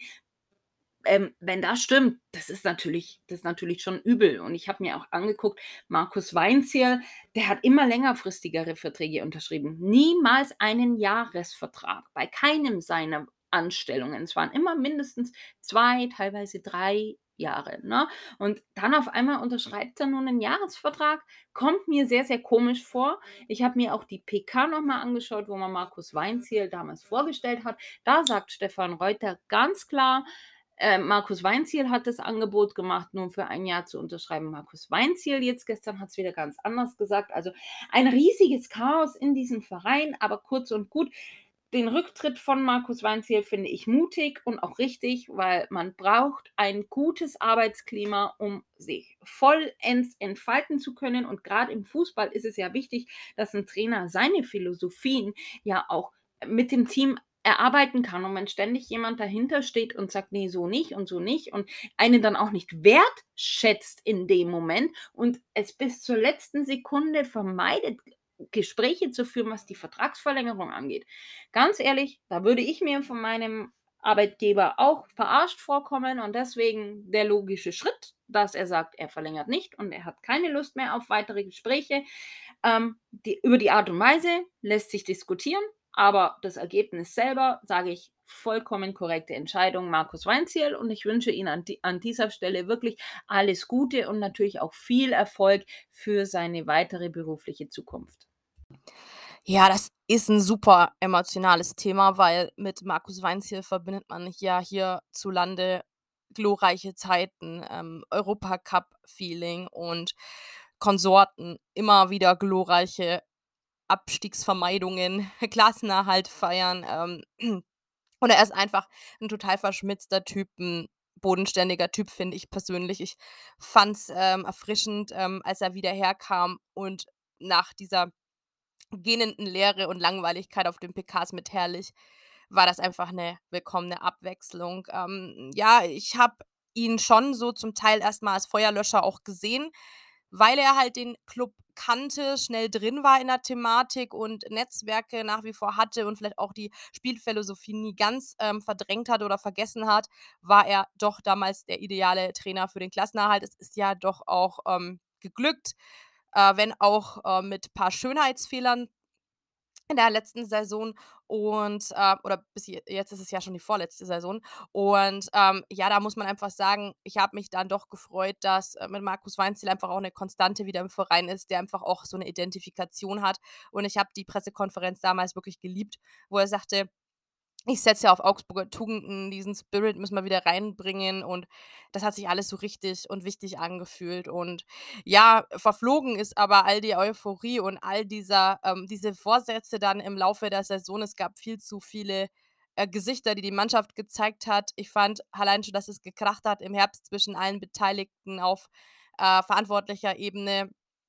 Wenn das stimmt, das ist natürlich schon übel. Und ich habe mir auch angeguckt, Markus Weinzierl, der hat immer längerfristigere Verträge unterschrieben. Niemals einen Jahresvertrag bei keinem seiner Anstellungen. Es waren immer mindestens 2, teilweise 3 Jahre, ne? Und dann auf einmal unterschreibt er nun einen Jahresvertrag, kommt mir sehr, sehr komisch vor. Ich habe mir auch die PK noch mal angeschaut, wo man Markus Weinzierl damals vorgestellt hat. Da sagt Stefan Reuter ganz klar, Markus Weinzierl hat das Angebot gemacht, nur für ein Jahr zu unterschreiben. Markus Weinzierl jetzt gestern hat es wieder ganz anders gesagt. Also, ein riesiges Chaos in diesem Verein, aber kurz und gut, den Rücktritt von Markus Weinzierl finde ich mutig und auch richtig, weil man braucht ein gutes Arbeitsklima, um sich vollends entfalten zu können. Und gerade im Fußball ist es ja wichtig, dass ein Trainer seine Philosophien ja auch mit dem Team erarbeiten kann. Und wenn ständig jemand dahinter steht und sagt: „Nee, so nicht und so nicht“ und einen dann auch nicht wertschätzt in dem Moment und es bis zur letzten Sekunde vermeidet, Gespräche zu führen, was die Vertragsverlängerung angeht. Ganz ehrlich, da würde ich mir von meinem Arbeitgeber auch verarscht vorkommen und deswegen der logische Schritt, dass er sagt, er verlängert nicht und er hat keine Lust mehr auf weitere Gespräche. Über die Art und Weise lässt sich diskutieren, Aber das Ergebnis selber, sage ich, vollkommen korrekte Entscheidung, Markus Weinzierl. Und ich wünsche Ihnen an dieser Stelle wirklich alles Gute und natürlich auch viel Erfolg für seine weitere berufliche Zukunft. Ja, das ist 'n super emotionales Thema, weil mit Markus Weinzierl verbindet man ja hierzulande glorreiche Zeiten, Europacup-Feeling und Konsorten, immer wieder glorreiche Abstiegsvermeidungen, Klassenerhalt feiern, und er ist einfach 'n total verschmitzter Typ, 'n bodenständiger Typ, finde ich persönlich. Ich fand's, erfrischend, als er wieder herkam und nach dieser gähnenden Leere und Langweiligkeit auf den PKs mit Herrlich war das einfach 'ne willkommene Abwechslung. Ja, ich habe ihn schon so zum Teil erst mal als Feuerlöscher auch gesehen, weil er halt den Club kannte, schnell drin war in der Thematik und Netzwerke nach wie vor hatte und vielleicht auch die Spielphilosophie nie ganz, verdrängt hat oder vergessen hat, war er doch damals der ideale Trainer für den Klassenerhalt. Es ist ja doch auch, geglückt, wenn auch, mit paar Schönheitsfehlern in der letzten Saison und, oder bis jetzt ist es ja schon die vorletzte Saison. Und, ja, da muss man einfach sagen, ich habe mich dann doch gefreut, dass, mit Markus Weinzierl einfach auch eine Konstante wieder im Verein ist, der einfach auch so eine Identifikation hat. Und ich habe die Pressekonferenz damals wirklich geliebt, wo er sagte: „Ich setze ja auf Augsburger Tugenden, diesen Spirit müssen wir wieder reinbringen“, und das hat sich alles so richtig und wichtig angefühlt. Und ja, verflogen ist aber all die Euphorie und all diese Vorsätze dann im Laufe der Saison. Es gab viel zu viele, Gesichter, die die Mannschaft gezeigt hat. Ich fand allein schon, dass es gekracht hat im Herbst zwischen allen Beteiligten auf, verantwortlicher Ebene,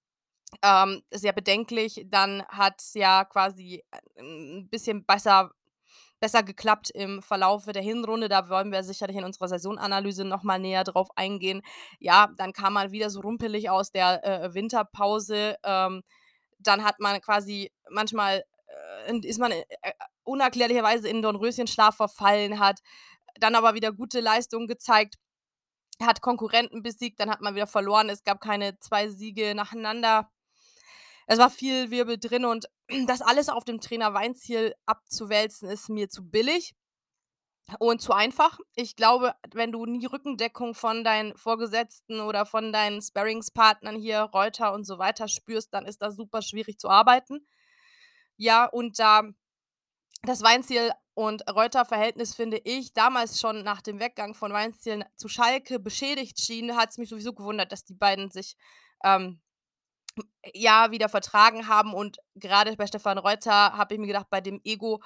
sehr bedenklich. Dann hat's ja quasi, 'n bisschen besser geklappt im Verlaufe der Hinrunde. Da wollen wir sicherlich in unserer Saisonanalyse noch mal näher drauf eingehen. Ja, dann kam man wieder so rumpelig aus der, Winterpause. Dann hat man quasi manchmal, ist man, unerklärlicherweise in Dornröschenschlaf verfallen, hat dann aber wieder gute Leistungen gezeigt, hat Konkurrenten besiegt, dann hat man wieder verloren. Es gab keine 2 Siege nacheinander. Es war viel Wirbel drin und das alles auf dem Trainer Weinzierl abzuwälzen, ist mir zu billig und zu einfach. Ich glaube, wenn du nie Rückendeckung von deinen Vorgesetzten oder von deinen Sparringspartnern hier, Reuter und so weiter spürst, dann ist das super schwierig zu arbeiten. Ja, und da das Weinzierl und Reuter-Verhältnis, finde ich, damals schon nach dem Weggang von Weinzierl zu Schalke beschädigt schien, hat's mich sowieso gewundert, dass die beiden sich, ähm, ja, wieder vertragen haben, und gerade bei Stefan Reuter habe ich mir gedacht, bei dem Ego,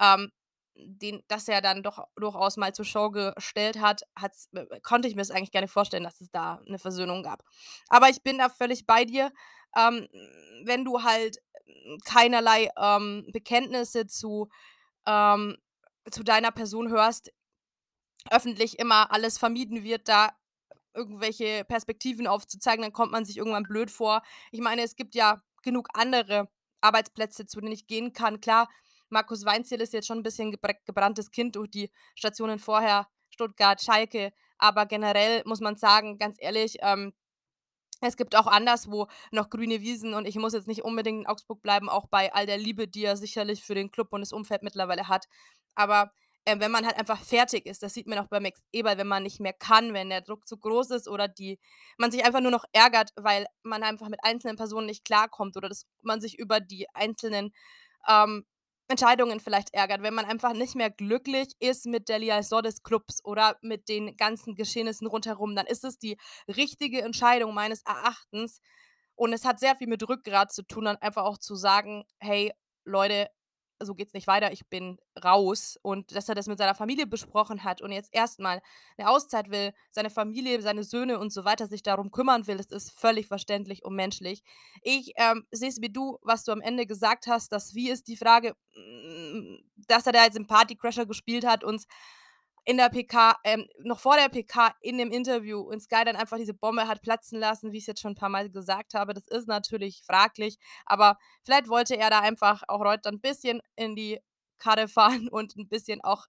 den das er dann doch durchaus mal zur Schau gestellt hat, konnte ich mir das eigentlich gar nicht vorstellen, dass es da eine Versöhnung gab. Aber ich bin da völlig bei dir. Ähm, wenn du halt, keinerlei, Bekenntnisse ähm, zu deiner Person hörst, öffentlich immer alles vermieden wird, da irgendwelche Perspektiven aufzuzeigen, dann kommt man sich irgendwann blöd vor. Ich meine, es gibt ja genug andere Arbeitsplätze, zu denen ich gehen kann. Klar, Markus Weinzierl ist jetzt schon ein bisschen gebranntes Kind durch die Stationen vorher, Stuttgart, Schalke, aber generell muss man sagen, ganz ehrlich, es gibt auch anderswo noch grüne Wiesen, und ich muss jetzt nicht unbedingt in Augsburg bleiben, auch bei all der Liebe, die er sicherlich für den Club und das Umfeld mittlerweile hat. Aber, wenn man halt einfach fertig ist, das sieht man auch bei Max Eberl, wenn man nicht mehr kann, wenn der Druck zu groß ist oder die man sich einfach nur noch ärgert, weil man einfach mit einzelnen Personen nicht klarkommt oder dass man sich über die einzelnen, ähm, Entscheidungen vielleicht ärgert, wenn man einfach nicht mehr glücklich ist mit der Liaison des Clubs oder mit den ganzen Geschehnissen rundherum, dann ist es die richtige Entscheidung meines Erachtens. Und es hat sehr viel mit Rückgrat zu tun, dann einfach auch zu sagen: „Hey, Leute, so geht's nicht weiter, ich bin raus.“ Und dass er das mit seiner Familie besprochen hat und jetzt erstmal eine Auszeit will, seine Familie, seine Söhne und so weiter sich darum kümmern will, das ist völlig verständlich und menschlich. Ich, sehe es wie du, was du am Ende gesagt hast. Das Wie ist die Frage, dass er da jetzt im Partycrasher gespielt hat, uns in der PK noch vor der PK in dem Interview in Sky dann einfach diese Bombe hat platzen lassen, wie ich's jetzt schon 'n paarmal gesagt habe. Das ist natürlich fraglich, aber vielleicht wollte er da einfach auch Reut 'n bisschen in die Karre fahren und 'n bisschen auch,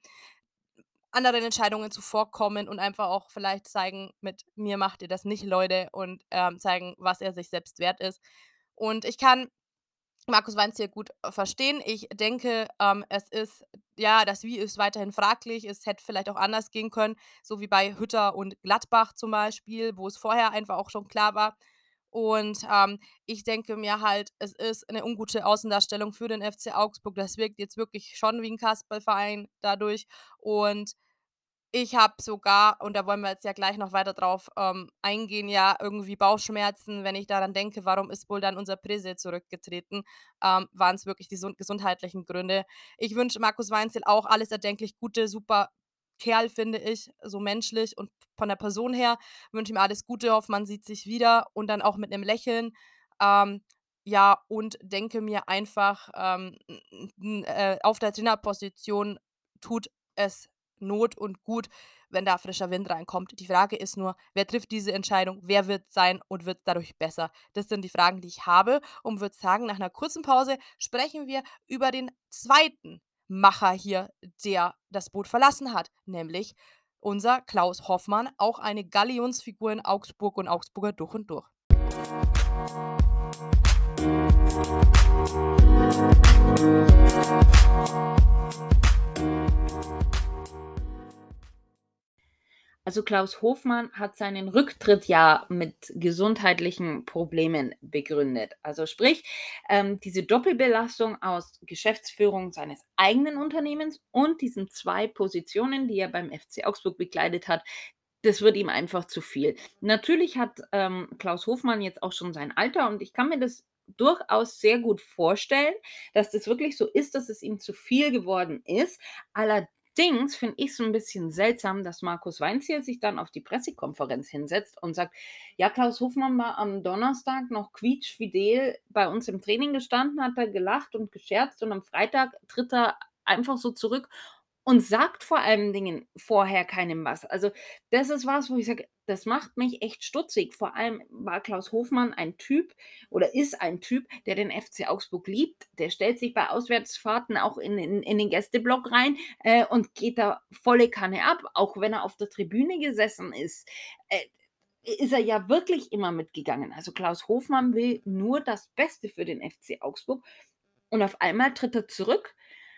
anderen Entscheidungen zuvorkommen und einfach auch vielleicht zeigen: „Mit mir macht ihr das nicht, Leute“, und, zeigen, was er sich selbst wert ist. Und ich kann Markus Weinzierl gut verstehen. Ich denke, es ist das Wie ist weiterhin fraglich. Es hätte vielleicht auch anders gehen können, so wie bei Hütter und Gladbach zum Beispiel, wo es vorher einfach auch schon klar war. Und, ich denke mir halt, es ist eine ungute Außendarstellung für den FC Augsburg. Das wirkt jetzt wirklich schon wie 'n Kasperlverein dadurch. Und ich habe sogar, und da wollen wir jetzt ja gleich noch weiter drauf, eingehen, ja, irgendwie Bauchschmerzen, wenn ich daran denke, warum ist wohl dann unser Prese zurückgetreten? Waren es wirklich die gesundheitlichen Gründe? Ich wünsche Markus Weinzierl auch alles erdenklich Gute, super Kerl, finde ich, so menschlich und von der Person her. Wünsche ihm alles Gute, hoffe, man sieht sich wieder und dann auch mit 'nem Lächeln. Ähm, ja, und denke mir einfach, auf der Trainerposition tut es Not und gut, wenn da frischer Wind reinkommt. Die Frage ist nur, wer trifft diese Entscheidung? Wer wird sein und wird dadurch besser? Das sind die Fragen, die ich habe und würde sagen, nach einer kurzen Pause sprechen wir über den zweiten Macher hier, der das Boot verlassen hat, nämlich unser Klaus Hoffmann, auch eine Galionsfigur in Augsburg und Augsburger durch und durch. Also Klaus Hofmann hat seinen Rücktritt ja mit gesundheitlichen Problemen begründet. Also sprich, diese Doppelbelastung aus Geschäftsführung seines eigenen Unternehmens und diesen 2 Positionen, die er beim FC Augsburg bekleidet hat, das wird ihm einfach zu viel. Natürlich hat, Klaus Hofmann jetzt auch schon sein Alter und ich kann mir das durchaus sehr gut vorstellen, dass das wirklich so ist, dass es ihm zu viel geworden ist. Allerdings finde ich so ein bisschen seltsam, dass Markus Weinzierl sich dann auf die Pressekonferenz hinsetzt und sagt: „Ja, Klaus Hofmann war am Donnerstag noch quietschfidel bei uns im Training gestanden, hat da gelacht und gescherzt und am Freitag tritt er einfach so zurück und sagt vor allen Dingen vorher keinem was.“ Also, das ist was, wo ich sage, das macht mich echt stutzig. Vor allem war Klaus Hofmann ein Typ oder ist ein Typ, der den FC Augsburg liebt. Der stellt sich bei Auswärtsfahrten auch in den Gästeblock rein, und geht da volle Kanne ab, auch wenn er auf der Tribüne gesessen ist. Ist er ja wirklich immer mitgegangen. Also, Klaus Hofmann will nur das Beste für den FC Augsburg und auf einmal tritt er zurück,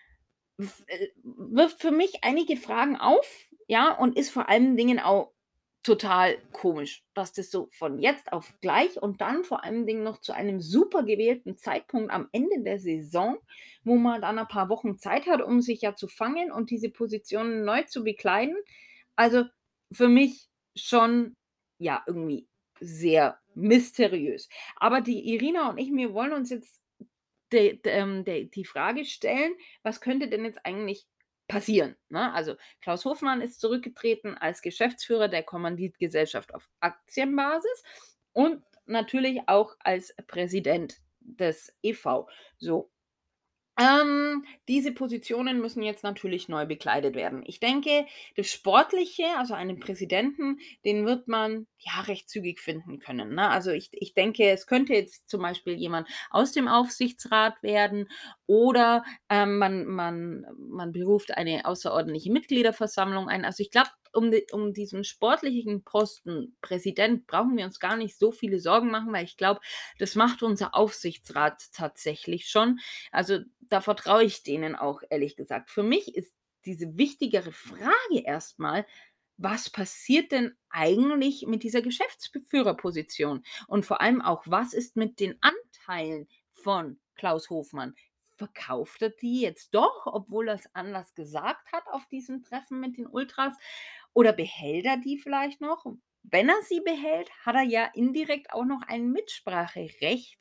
wirft für mich einige Fragen auf, ja, und ist vor allen Dingen auch total komisch, dass das so von jetzt auf gleich und dann vor allen Dingen noch zu einem super gewählten Zeitpunkt am Ende der Saison, wo man dann ein paar Wochen Zeit hat, um sich ja zu fangen und diese Positionen neu zu bekleiden. Also, für mich schon, ja, irgendwie sehr mysteriös. Aber die Irina und ich, wir wollen uns jetzt die Frage stellen, was könnte denn jetzt eigentlich passieren, ne? Also, Klaus Hofmann ist zurückgetreten als Geschäftsführer der Kommanditgesellschaft auf Aktienbasis und natürlich auch als Präsident des e.V. So, diese Positionen müssen jetzt natürlich neu bekleidet werden. Ich denke, das Sportliche, also einen Präsidenten, den wird man ja recht zügig finden können. Ne? Also ich denke, es könnte jetzt zum Beispiel jemand aus dem Aufsichtsrat werden oder man beruft eine außerordentliche Mitgliederversammlung ein. Also ich glaube, um diesen sportlichen Posten Präsident brauchen wir uns gar nicht so viele Sorgen machen, weil ich glaube, das macht unser Aufsichtsrat tatsächlich schon. Also, da vertraue ich denen auch, ehrlich gesagt. Für mich ist diese wichtigere Frage erstmal: Was passiert denn eigentlich mit dieser Geschäftsführerposition? Und vor allem auch, was ist mit den Anteilen von Klaus Hofmann? Verkauft er die jetzt doch, obwohl er es anders gesagt hat auf diesem Treffen mit den Ultras? Oder behält er die vielleicht noch? Wenn er sie behält, hat er ja indirekt auch noch ein Mitspracherecht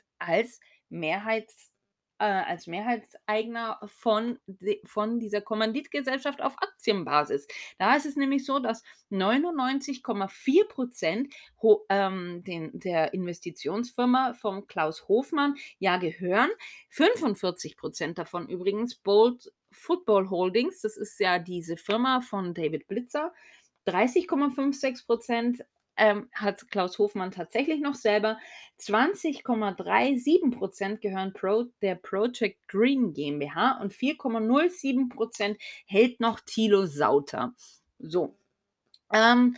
als Mehrheitseigner von dieser Kommanditgesellschaft auf Aktienbasis. Da ist es nämlich so, dass 99,4% der Investitionsfirma von Klaus Hofmann ja gehören. 45% davon übrigens Bold Football Holdings, das ist ja diese Firma von David Blitzer. 30,56% hat Klaus Hofmann tatsächlich noch selber. 20,37% gehören der Project Green GmbH und 4,07% hält noch Thilo Sauter. So, ähm,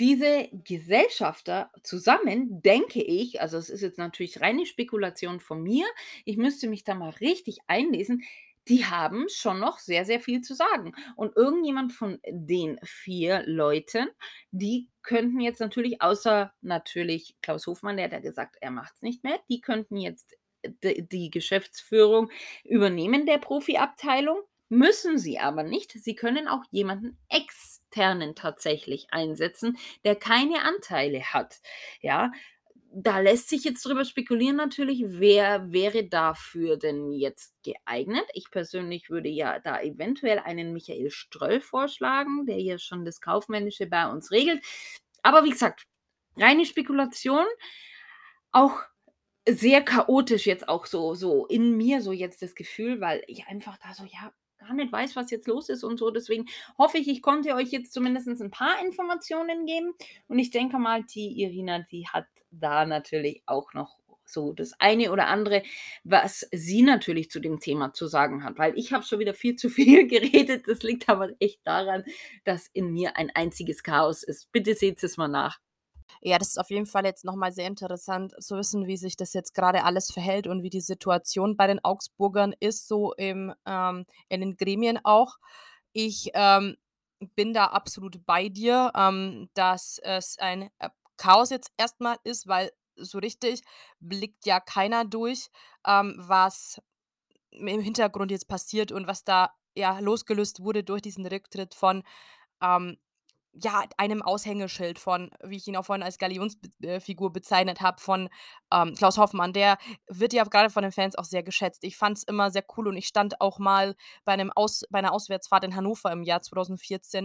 diese Gesellschafter zusammen, denke ich, also es ist jetzt natürlich reine Spekulation von mir, ich müsste mich da mal richtig einlesen, die haben schon noch sehr, sehr viel zu sagen. Und irgendjemand von den 4 Leuten, die könnten jetzt natürlich, außer natürlich Klaus Hofmann, der hat ja gesagt, er macht es nicht mehr, die könnten jetzt die Geschäftsführung übernehmen der Profiabteilung, müssen sie aber nicht. Sie können auch jemanden externen tatsächlich einsetzen, der keine Anteile hat. Ja, da lässt sich jetzt drüber spekulieren natürlich, wer wäre dafür denn jetzt geeignet? Ich persönlich würde ja da eventuell einen Michael Ströll vorschlagen, der ja schon das Kaufmännische bei uns regelt. Aber wie gesagt, reine Spekulation, auch sehr chaotisch jetzt auch so in mir so jetzt das Gefühl, weil ich einfach da so, ja, gar nicht weiß, was jetzt los ist und so. Deswegen hoffe ich, ich konnte euch jetzt zumindest ein paar Informationen geben und ich denke mal, die Irina, die hat da natürlich auch noch so das eine oder andere, was sie natürlich zu dem Thema zu sagen hat, weil ich habe schon wieder viel zu viel geredet. Das liegt aber echt daran, dass in mir ein einziges Chaos ist. Bitte seht es mal nach. Ja, das ist auf jeden Fall jetzt noch mal sehr interessant zu wissen, wie sich das jetzt gerade alles verhält und wie die Situation bei den Augsburgern ist, so in den Gremien auch. Ich, bin da absolut bei dir, dass es ein, Chaos jetzt erstmal ist, weil so richtig blickt ja keiner durch, was im Hintergrund jetzt passiert und was da, ja, losgelöst wurde durch diesen Rücktritt von, ähm ja, einem Aushängeschild von, wie ich ihn auch vorhin als Galionsfigur bezeichnet habe, von, Klaus Hoffmann. Der wird ja grade von den Fans auch sehr geschätzt. Ich fand's immer sehr cool und ich stand auch mal bei 'ner Auswärtsfahrt in Hannover im Jahr 2014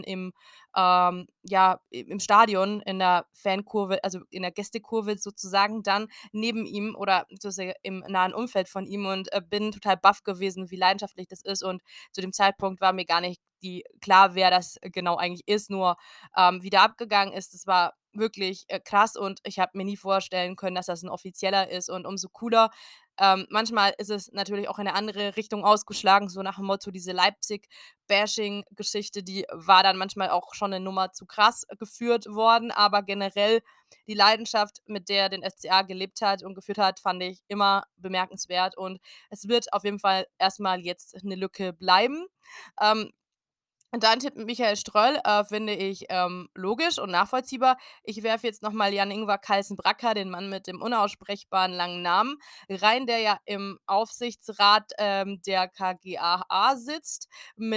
ja, im Stadion in der Fankurve, also in der Gästekurve sozusagen dann neben ihm oder beziehungsweise im nahen Umfeld von ihm und, bin total baff gewesen, wie leidenschaftlich das ist. Und zu dem Zeitpunkt war mir gar nicht klar, wer das genau eigentlich ist, nur wie der abgegangen ist, das war wirklich, krass und ich habe mir nie vorstellen können, dass das ein Offizieller ist und umso cooler. Manchmal ist es natürlich auch in 'ne andere Richtung ausgeschlagen, so nach dem Motto, diese Leipzig-Bashing-Geschichte, die war dann manchmal auch schon 'ne Nummer zu krass geführt worden, aber generell die Leidenschaft, mit der er den FCA gelebt hat und geführt hat, fand ich immer bemerkenswert und es wird auf jeden Fall erst mal jetzt 'ne Lücke bleiben. Ähm, und dein Tipp mit Michael Ströll, finde ich, logisch und nachvollziehbar. Ich werfe jetzt noch mal Jan-Ingvar Carlsen-Bracca, den Mann mit dem unaussprechbaren langen Namen, rein, der ja im Aufsichtsrat, der KGaA sitzt,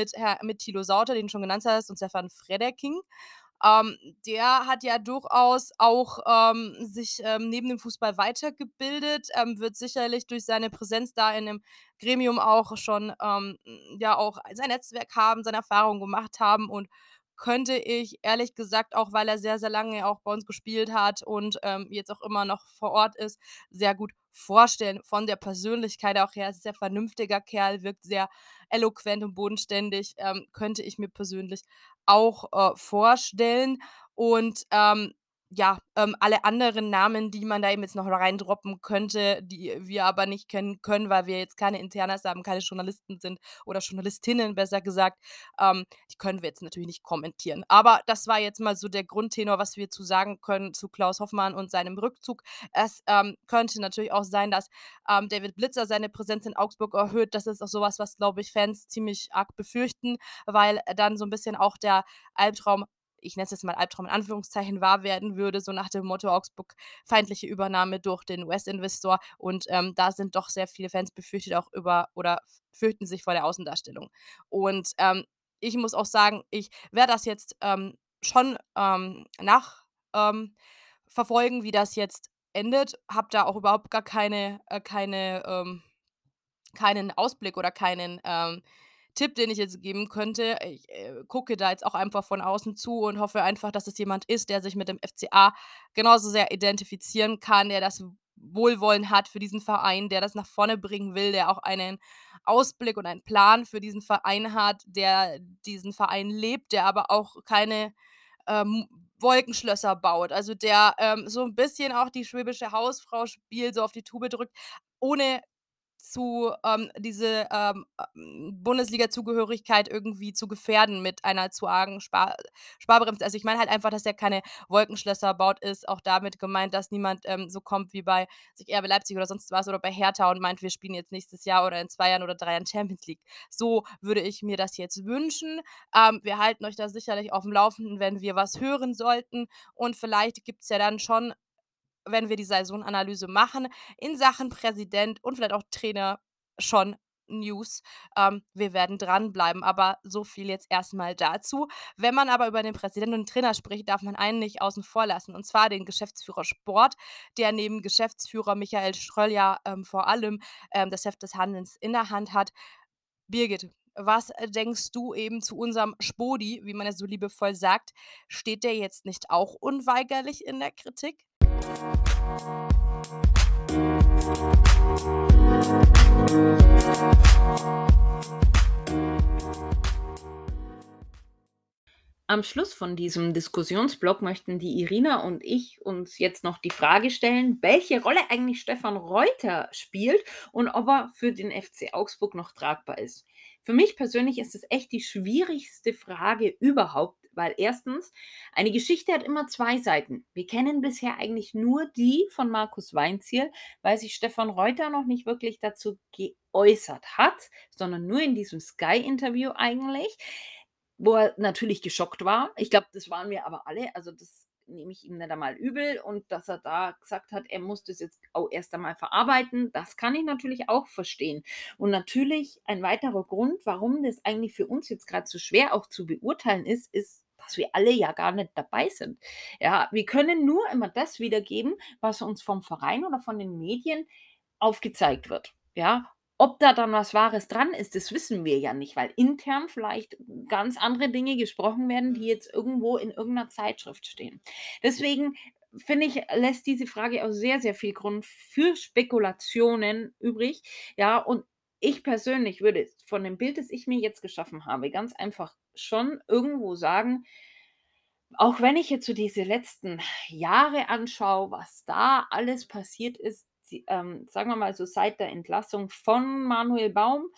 mit Thilo Sauter, den du schon genannt hast, und Stefan Frederking. Ähm, Der hat ja durchaus auch, sich, neben dem Fußball weitergebildet, wird sicherlich durch seine Präsenz da in dem Gremium auch schon, ja, auch sein Netzwerk haben, seine Erfahrungen gemacht haben und könnte ich ehrlich gesagt, auch weil er sehr, sehr lange auch bei uns gespielt hat und, jetzt auch immer noch vor Ort ist, sehr gut vorstellen. Von der Persönlichkeit auch her, ist ein sehr vernünftiger Kerl, wirkt sehr eloquent und bodenständig, könnte ich mir persönlich auch, vorstellen. Und, ja, alle anderen Namen, die man da eben jetzt noch reindroppen könnte, die wir aber nicht kennen können, weil wir jetzt keine Internas haben, keine Journalisten sind oder Journalistinnen, besser gesagt, die können wir jetzt natürlich nicht kommentieren. Aber das war jetzt mal so der Grundtenor, was wir zu sagen können zu Klaus Hoffmann und seinem Rückzug. Es, könnte natürlich auch sein, dass, David Blitzer seine Präsenz in Augsburg erhöht. Das ist auch so was, glaube ich, Fans ziemlich arg befürchten, weil dann so 'n bisschen auch der Albtraum, ich nenne es jetzt mal Albtraum in Anführungszeichen, wahr werden würde, so nach dem Motto Augsburg feindliche Übernahme durch den US-Investor und, da sind doch sehr viele Fans befürchtet auch über oder fürchten sich vor der Außendarstellung. Und, ich muss auch sagen, ich werde das jetzt, schon, verfolgen, wie das jetzt endet, habe da auch überhaupt gar keinen Ausblick oder keinen, Tipp, den ich jetzt geben könnte. Ich, gucke da jetzt auch einfach von außen zu und hoffe einfach, dass es jemand ist, der sich mit dem FCA genauso sehr identifizieren kann, der das Wohlwollen hat für diesen Verein, der das nach vorne bringen will, der auch einen Ausblick und einen Plan für diesen Verein hat, der diesen Verein lebt, der aber auch keine, ähm, Wolkenschlösser baut. Also, der, so ein bisschen auch die schwäbische Hausfrau spielt, so auf die Tube drückt, ohne Bundesliga-Zugehörigkeit irgendwie zu gefährden mit einer zu argen Sparbremse. Also, ich meine halt einfach, dass er keine Wolkenschlösser baut, ist auch damit gemeint, dass niemand, so kommt wie bei sich RB Leipzig oder sonst was oder bei Hertha und meint, wir spielen jetzt nächstes Jahr oder in 2 Jahren oder 3 Jahren Champions League. So würde ich mir das jetzt wünschen. Wir halten euch da sicherlich aufm Laufenden, wenn wir was hören sollten und vielleicht gibt's ja dann schon, wenn wir die Saisonanalyse machen, in Sachen Präsident und vielleicht auch Trainer schon News. Wir werden dranbleiben, aber so viel jetzt erst mal dazu. Wenn man aber über den Präsidenten und den Trainer spricht, darf man einen nicht außen vor lassen, und zwar den Geschäftsführer Sport, der neben Geschäftsführer Michael Ströll ja, vor allem, das Heft des Handelns in der Hand hat. Birgit, was, denkst du eben zu unserem Spodi, wie man es so liebevoll sagt? Steht der jetzt nicht auch unweigerlich in der Kritik? Am Schluss von diesem Diskussionsblock möchten die Irina und ich uns jetzt noch die Frage stellen, welche Rolle eigentlich Stefan Reuter spielt und ob er für den FC Augsburg noch tragbar ist. Für mich persönlich ist es echt die schwierigste Frage überhaupt, weil erstens, eine Geschichte hat immer zwei Seiten. Wir kennen bisher eigentlich nur die von Markus Weinzierl, weil sich Stefan Reuter noch nicht wirklich dazu geäußert hat, sondern nur in diesem Sky-Interview eigentlich, wo er natürlich geschockt war. Ich glaube, das waren wir aber alle. Also, das nehme ich ihm nicht einmal übel. Und dass er da gesagt hat, er muss das jetzt auch erst einmal verarbeiten, das kann ich natürlich auch verstehen. Und natürlich ein weiterer Grund, warum das eigentlich für uns jetzt gerade so schwer auch zu beurteilen ist, dass wir alle ja gar nicht dabei sind. Ja, wir können nur immer das wiedergeben, was uns vom Verein oder von den Medien aufgezeigt wird. Ja, ob da dann was Wahres dran ist, das wissen wir ja nicht, weil intern vielleicht ganz andere Dinge gesprochen werden, die jetzt irgendwo in irgendeiner Zeitschrift stehen. Deswegen finde ich, lässt diese Frage auch sehr, sehr viel Grund für Spekulationen übrig. Ja, und ich persönlich würde von dem Bild, das ich mir jetzt geschaffen habe, ganz einfach schon irgendwo sagen, auch wenn ich jetzt so diese letzten Jahre anschaue, was da alles passiert ist, sagen wir mal so seit der Entlassung von Manuel Baum,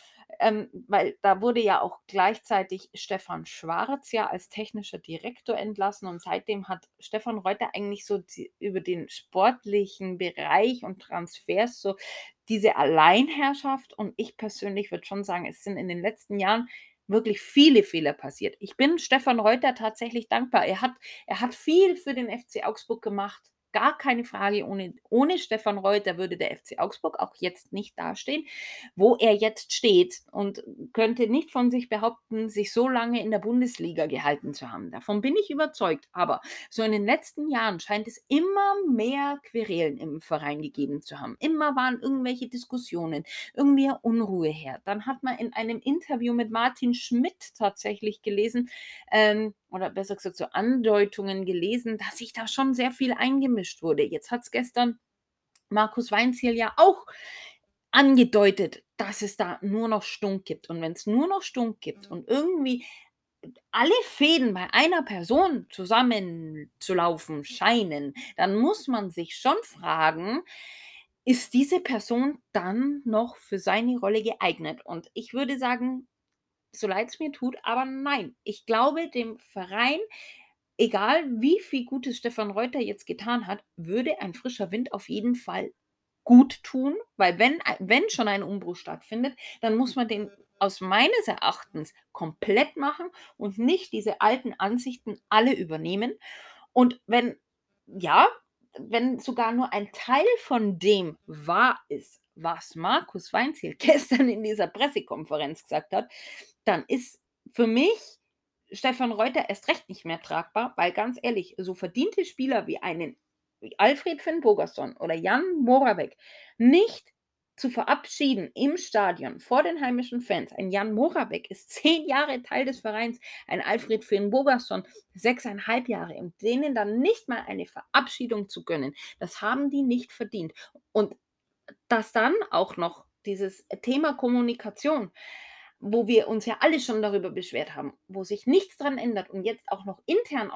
weil da wurde ja auch gleichzeitig Stefan Schwarz ja als technischer Direktor entlassen und seitdem hat Stefan Reuter eigentlich so über den sportlichen Bereich und Transfers so diese Alleinherrschaft und ich persönlich würde schon sagen, es sind in den letzten Jahren wirklich viele Fehler passiert. Ich bin Stefan Reuter tatsächlich dankbar. Er hat viel für den FC Augsburg gemacht. Gar keine Frage. Ohne Stefan Reuter würde der FC Augsburg auch jetzt nicht dastehen, wo er jetzt steht und könnte nicht von sich behaupten, sich so lange in der Bundesliga gehalten zu haben. Davon bin ich überzeugt. Aber so in den letzten Jahren scheint es immer mehr Querelen im Verein gegeben zu haben. Immer waren irgendwelche Diskussionen, irgendwie Unruhe her. Dann hat man in einem Interview mit Martin Schmidt tatsächlich gelesen, oder besser gesagt so Andeutungen gelesen, dass sich da schon sehr viel eingemischt wurde. Jetzt hat es gestern Markus Weinzierl ja auch angedeutet, dass es da nur noch Stunk gibt. Und wenn es nur noch Stunk gibt und irgendwie alle Fäden bei einer Person zusammenzulaufen scheinen, dann muss man sich schon fragen, ist diese Person dann noch für seine Rolle geeignet? Und ich würde sagen, so leid es mir tut, aber nein. Ich glaube, dem Verein, egal wie viel Gutes Stefan Reuter jetzt getan hat, würde ein frischer Wind auf jeden Fall gut tun, weil wenn schon ein Umbruch stattfindet, dann muss man den aus meines Erachtens komplett machen und nicht diese alten Ansichten alle übernehmen. Und ja, wenn sogar nur ein Teil von dem wahr ist, was Markus Weinzierl gestern in dieser Pressekonferenz gesagt hat, dann ist für mich Stefan Reuter erst recht nicht mehr tragbar, weil ganz ehrlich, so verdiente Spieler wie einen wie Alfred Finn Bogason oder Jan Moravec nicht zu verabschieden im Stadion vor den heimischen Fans. Ein Jan Moravec ist 10 Jahre Teil des Vereins, ein Alfred Finn Bogason 6,5 Jahre und denen dann nicht mal eine Verabschiedung zu gönnen, das haben die nicht verdient. Und dass dann auch noch dieses Thema Kommunikation, wo wir uns ja alle schon darüber beschwert haben, wo sich nichts dran ändert und jetzt auch noch intern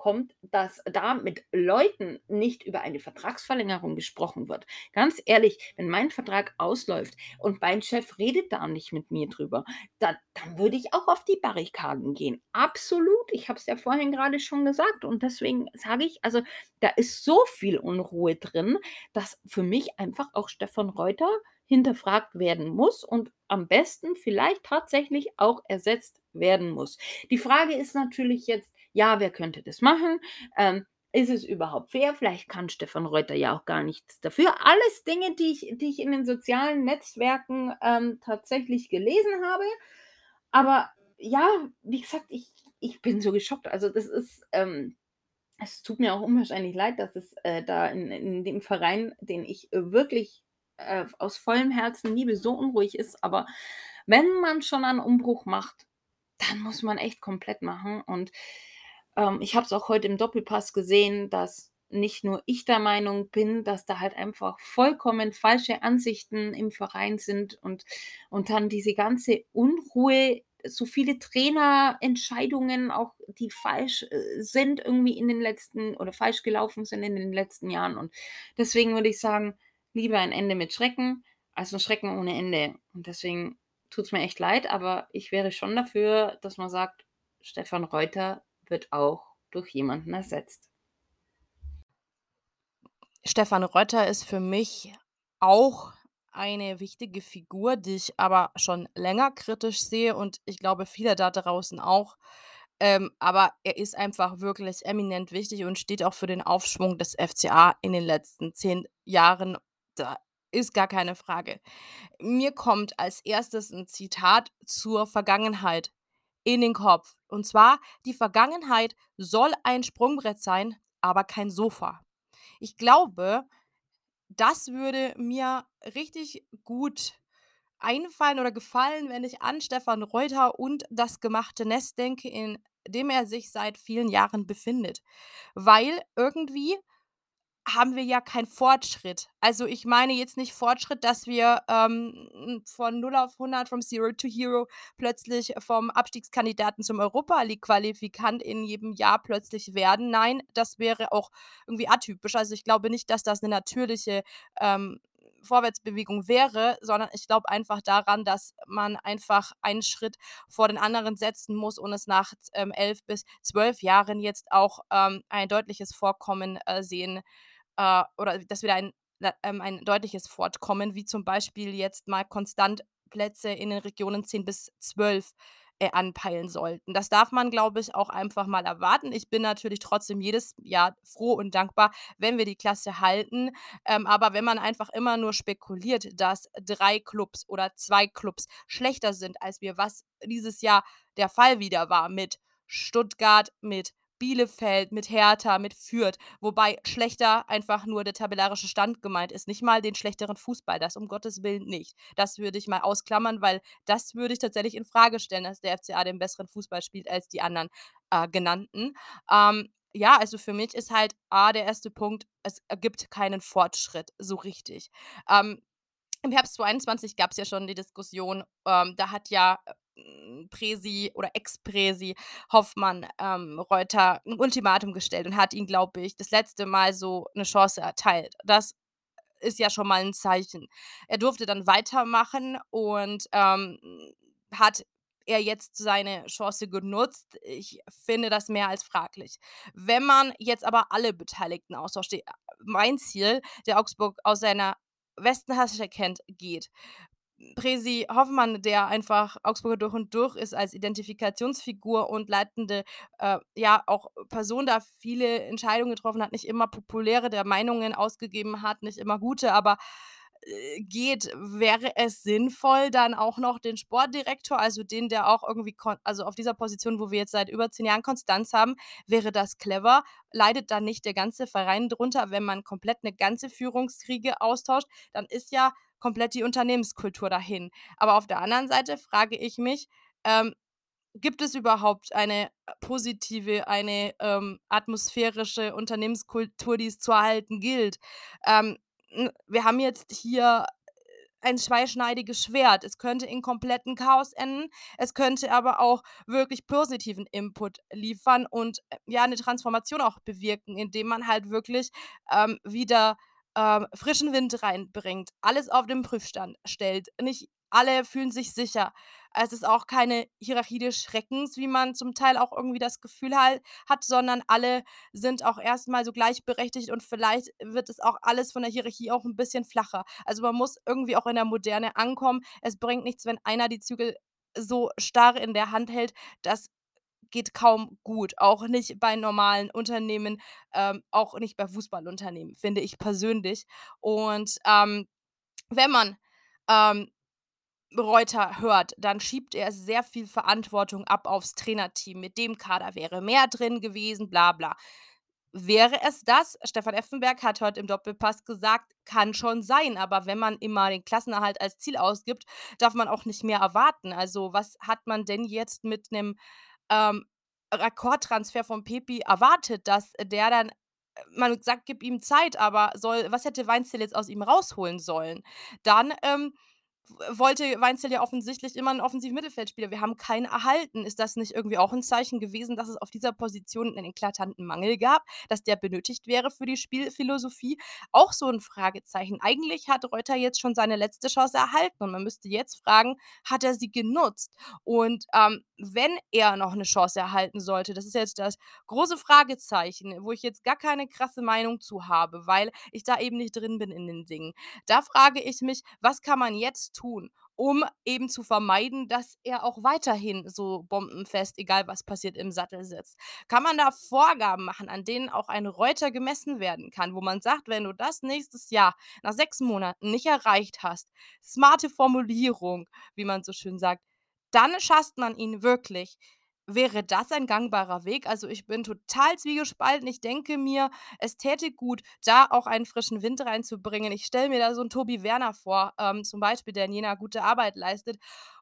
kommt, dass da mit Leuten nicht über eine Vertragsverlängerung gesprochen wird. Ganz ehrlich, wenn mein Vertrag ausläuft und mein Chef redet da nicht mit mir drüber, dann würde ich auch auf die Barrikaden gehen. Absolut, ich habe es ja vorhin gerade schon gesagt und deswegen sage ich, also, da ist so viel Unruhe drin, dass für mich einfach auch Stefan Reuter hinterfragt werden muss und am besten vielleicht tatsächlich auch ersetzt werden muss. Die Frage ist natürlich jetzt, ja, wer könnte das machen? Ist es überhaupt fair? Vielleicht kann Stefan Reuter ja auch gar nichts dafür. Alles Dinge, die ich in den sozialen Netzwerken, tatsächlich gelesen habe. Aber ja, wie gesagt, ich bin so geschockt. Also, das ist, es tut mir auch unwahrscheinlich leid, dass es, da in dem Verein, den ich, wirklich, aus vollem Herzen liebe, so unruhig ist. Aber wenn man schon einen Umbruch macht, dann muss man echt komplett machen. Und, ich habe es auch heute im Doppelpass gesehen, dass nicht nur ich der Meinung bin, dass da halt einfach vollkommen falsche Ansichten im Verein sind und dann diese ganze Unruhe, so viele Trainerentscheidungen auch, die falsch, sind irgendwie in den letzten oder falsch gelaufen sind in den letzten Jahren. Und deswegen würde ich sagen, lieber ein Ende mit Schrecken als 'n Schrecken ohne Ende. Und deswegen tut's mir echt leid, aber ich wäre schon dafür, dass man sagt, Stefan Reuter wird auch durch jemanden ersetzt. Stefan Reuter ist für mich auch eine wichtige Figur, die ich aber schon länger kritisch sehe und ich glaube, viele da draußen auch. Aber er ist einfach wirklich eminent wichtig und steht auch für den Aufschwung des FCA in den letzten 10 Jahren. Da ist gar keine Frage. Mir kommt als Erstes ein Zitat zur Vergangenheit in den Kopf. Und zwar: „Die Vergangenheit soll ein Sprungbrett sein, aber kein Sofa.“ Ich glaube, das würde mir richtig gut einfallen oder gefallen, wenn ich an Stefan Reuter und das gemachte Nest denke, in dem er sich seit vielen Jahren befindet. Weil irgendwie haben wir ja keinen Fortschritt. Also, ich meine jetzt nicht Fortschritt, dass wir, von 0 auf 100, from Zero to Hero, plötzlich vom Abstiegskandidaten zum Europa-League-Qualifikant in jedem Jahr plötzlich werden. Nein, das wäre auch irgendwie atypisch. Also, ich glaube nicht, dass das eine natürliche, Vorwärtsbewegung wäre, sondern ich glaube einfach daran, dass man einfach einen Schritt vor den anderen setzen muss und es nach 11 bis 12 Jahren jetzt auch, ein deutliches Vorkommen, sehen oder dass wir da ein deutliches Fortkommen, wie zum Beispiel jetzt mal konstant Plätze in den Regionen 10 bis 12 anpeilen sollten. Das darf man, glaube ich, auch einfach mal erwarten. Ich bin natürlich trotzdem jedes Jahr froh und dankbar, wenn wir die Klasse halten. Aber wenn man einfach immer nur spekuliert, dass 3 Clubs oder 2 Clubs schlechter sind als wir, was dieses Jahr der Fall wieder war mit Stuttgart, mit Bielefeld, mit Hertha, mit Fürth, wobei schlechter einfach nur der tabellarische Stand gemeint ist, nicht mal den schlechteren Fußball, das um Gottes Willen nicht. Das würde ich mal ausklammern, weil das würde ich tatsächlich in Frage stellen, dass der FCA den besseren Fußball spielt als die anderen, genannten. Ja, also für mich ist halt der erste Punkt, es gibt keinen Fortschritt so richtig. Ähm, Im Herbst 2021 gab's ja schon die Diskussion, da hat ja, Präsi oder Ex-Präsi Hoffmann, Reuter 'n Ultimatum gestellt und hat ihm, glaube ich, das letzte Mal so 'ne Chance erteilt. Das ist ja schon mal 'n Zeichen. Er durfte dann weitermachen und, hat er jetzt seine Chance genutzt? Ich finde das mehr als fraglich. Wenn man jetzt aber alle Beteiligten austauscht, mein Ziel, der Augsburg aus seiner Westentasche kennt, geht. Präsi Hoffmann, der einfach Augsburger durch und durch ist als Identifikationsfigur und leitende, ja, auch Person, da viele Entscheidungen getroffen hat, nicht immer populäre der Meinungen ausgegeben hat, nicht immer gute, aber, geht. Wäre es sinnvoll, dann auch noch den Sportdirektor, also den, der auch irgendwie also auf dieser Position, wo wir jetzt seit über 10 Jahren Konstanz haben, wäre das clever? Leidet dann nicht der ganze Verein drunter, wenn man komplett eine ganze Führungsriege austauscht? Dann ist ja komplett die Unternehmenskultur dahin. Aber auf der anderen Seite frage ich mich, ähm, gibt es überhaupt eine positive, eine, atmosphärische Unternehmenskultur, die es zu erhalten gilt? Wir haben jetzt hier ein zweischneidiges Schwert. Es könnte in kompletten Chaos enden. Es könnte aber auch wirklich positiven Input liefern und, ja, 'ne Transformation auch bewirken, indem man halt wirklich, wieder, frischen Wind reinbringt, alles auf den Prüfstand stellt. Nicht alle fühlen sich sicher. Es ist auch keine Hierarchie des Schreckens, wie man zum Teil auch irgendwie das Gefühl hat, sondern alle sind auch erst mal so gleichberechtigt und vielleicht wird es auch alles von der Hierarchie auch 'n bisschen flacher. Also, man muss irgendwie auch in der Moderne ankommen. Es bringt nichts, wenn einer die Zügel so starr in der Hand hält. Das geht kaum gut, auch nicht bei normalen Unternehmen, auch nicht bei Fußballunternehmen, finde ich persönlich. Und, wenn man, ähm, Reuter hört, dann schiebt er sehr viel Verantwortung ab aufs Trainerteam. Mit dem Kader wäre mehr drin gewesen, bla bla. Wäre es das? Stefan Effenberg hat heute im Doppelpass gesagt: „Kann schon sein, aber wenn man immer den Klassenerhalt als Ziel ausgibt, darf man auch nicht mehr erwarten.“ Also, was hat man denn jetzt mit 'nem, ähm, Rekordtransfer von Pepi erwartet, dass der dann man sagt: „Gib ihm Zeit“, aber was hätte Weinziel jetzt aus ihm rausholen sollen? Dann, wollte Weinziel ja offensichtlich immer 'n offensiven Mittelfeldspieler. Wir haben keinen erhalten. Ist das nicht irgendwie auch 'n Zeichen gewesen, dass es auf dieser Position 'nen eklatanten Mangel gab, dass der benötigt wäre für die Spielphilosophie? Auch so 'n Fragezeichen. Eigentlich hat Reuter jetzt schon seine letzte Chance erhalten und man müsste jetzt fragen, hat er sie genutzt? Und, wenn er noch 'ne Chance erhalten sollte, das ist jetzt das große Fragezeichen, wo ich jetzt gar keine krasse Meinung zu habe, weil ich da eben nicht drin bin in den Dingen. Da frage ich mich, was kann man jetzt tun, um eben zu vermeiden, dass er auch weiterhin so bombenfest, egal was passiert, im Sattel sitzt? Kann man da Vorgaben machen, an denen auch ein Reuter gemessen werden kann, wo man sagt, wenn du das nächstes Jahr nach 6 Monaten nicht erreicht hast, smarte Formulierung, wie man so schön sagt, dann schasst man ihn wirklich. Wäre das ein gangbarer Weg? Also, ich bin total zwiegespalten. Ich denke mir, es täte gut, da auch einen frischen Wind reinzubringen. Ich stelle mir da so 'n Tobi Werner vor, zum Beispiel, der in Jena gute Arbeit leistet.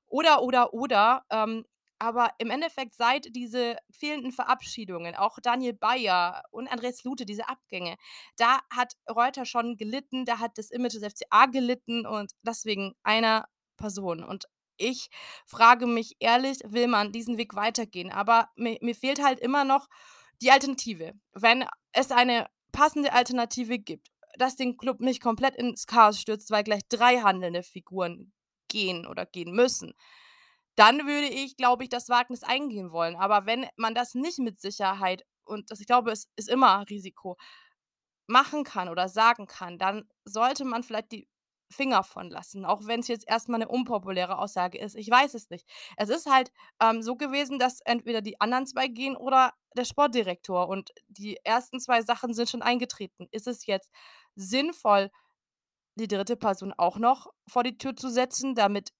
Oder, aber im Endeffekt seit diese fehlenden Verabschiedungen, auch Daniel Bayer und Andreas Lute, diese Abgänge, da hat Reuter schon gelitten, da hat das Image des FCA gelitten und deswegen einer Person. Und ich frage mich ehrlich, will man diesen Weg weitergehen? Aber mir fehlt halt immer noch die Alternative. Wenn es eine passende Alternative gibt, das den Club nicht komplett ins Chaos stürzt, weil gleich 3 handelnde Figuren gehen oder gehen müssen, dann würde ich, glaube ich, das Wagnis eingehen wollen. Aber wenn man das nicht mit Sicherheit und das ich glaube, es ist immer Risiko, machen kann oder sagen kann, dann sollte man vielleicht die Finger von lassen, auch wenn's jetzt erst mal 'ne unpopuläre Aussage ist. Ich weiß es nicht. Es ist halt, so gewesen, dass entweder die anderen 2 gehen oder der Sportdirektor und die ersten 2 Sachen sind schon eingetreten. Ist es jetzt sinnvoll, die dritte Person auch noch vor die Tür zu setzen, damit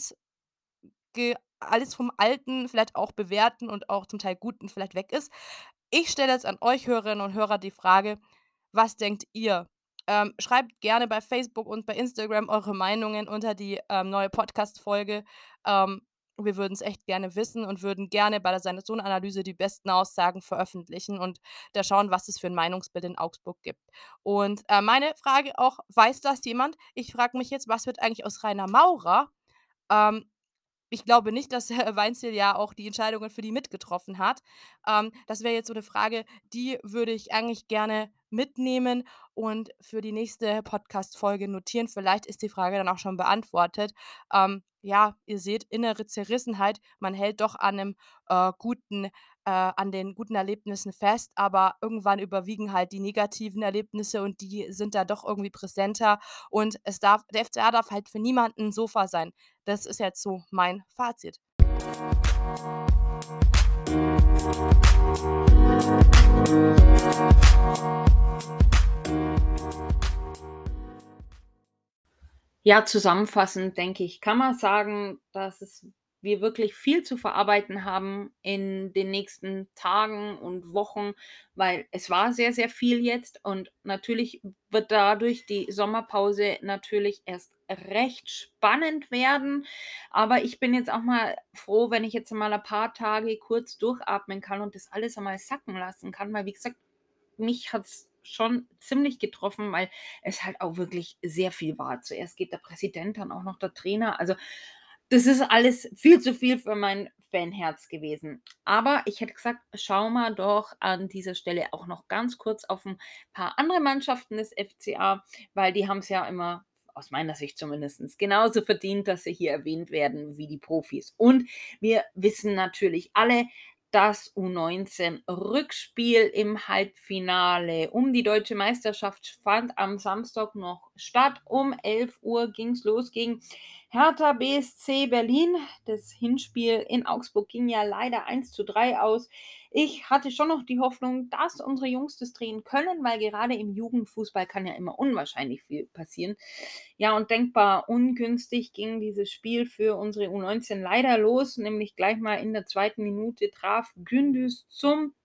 alles vom Alten, vielleicht auch Bewährten und auch zum Teil Guten vielleicht weg ist? Ich stelle jetzt an euch Hörerinnen und Hörer die Frage: Was denkt ihr? Schreibt gerne bei Facebook und bei Instagram eure Meinungen unter die, neue Podcast-Folge. Wir würden's echt gerne wissen und würden gerne bei der Senatorenanalyse die besten Aussagen veröffentlichen und da schauen, was es für 'n Meinungsbild in Augsburg gibt. Und, meine Frage auch: Weiß das jemand? Ich frage mich jetzt, was wird eigentlich aus Rainer Maurer? Ähm, Ich glaube nicht, dass Herr Weinzierl ja auch die Entscheidungen für die mitgetroffen hat. Das wäre jetzt so 'ne Frage, die würde ich eigentlich gerne mitnehmen und für die nächste Podcast-Folge notieren. Vielleicht ist die Frage dann auch schon beantwortet. Ja, ihr seht, innere Zerrissenheit. Man hält doch an den guten Erlebnissen fest, aber irgendwann überwiegen halt die negativen Erlebnisse und die sind da doch irgendwie präsenter und der FCA darf halt für niemanden 'n Sofa sein. Das ist jetzt so mein Fazit. Ja, zusammenfassend denke ich, kann man sagen, dass wir wirklich viel zu verarbeiten haben in den nächsten Tagen und Wochen, weil es war sehr, sehr viel jetzt und natürlich wird dadurch die Sommerpause natürlich erst recht spannend werden. Aber ich bin jetzt auch mal froh, wenn ich jetzt mal ein paar Tage kurz durchatmen kann und das alles einmal sacken lassen kann, weil wie gesagt, mich hat's schon ziemlich getroffen, weil es halt auch wirklich sehr viel war. Zuerst geht der Präsident, dann auch noch der Trainer. Also, das ist alles viel zu viel für mein Fanherz gewesen. Aber ich hätte gesagt, schauen wir doch an dieser Stelle auch noch ganz kurz auf ein paar andere Mannschaften des FCA, weil die haben es ja immer, aus meiner Sicht zumindest, genauso verdient, dass sie hier erwähnt werden wie die Profis. Und wir wissen natürlich alle, das U19-Rückspiel im Halbfinale um die deutsche Meisterschaft fand am Samstag noch statt. Um 11 Uhr ging es los gegen Hertha BSC Berlin. Das Hinspiel in Augsburg ging ja leider 1:3 aus. Ich hatte schon noch die Hoffnung, dass unsere Jungs das drehen können, weil gerade im Jugendfußball kann ja immer unwahrscheinlich viel passieren. Ja, und denkbar ungünstig ging dieses Spiel für unsere U19 leider los, nämlich gleich mal in der zweiten Minute traf Gündüz zum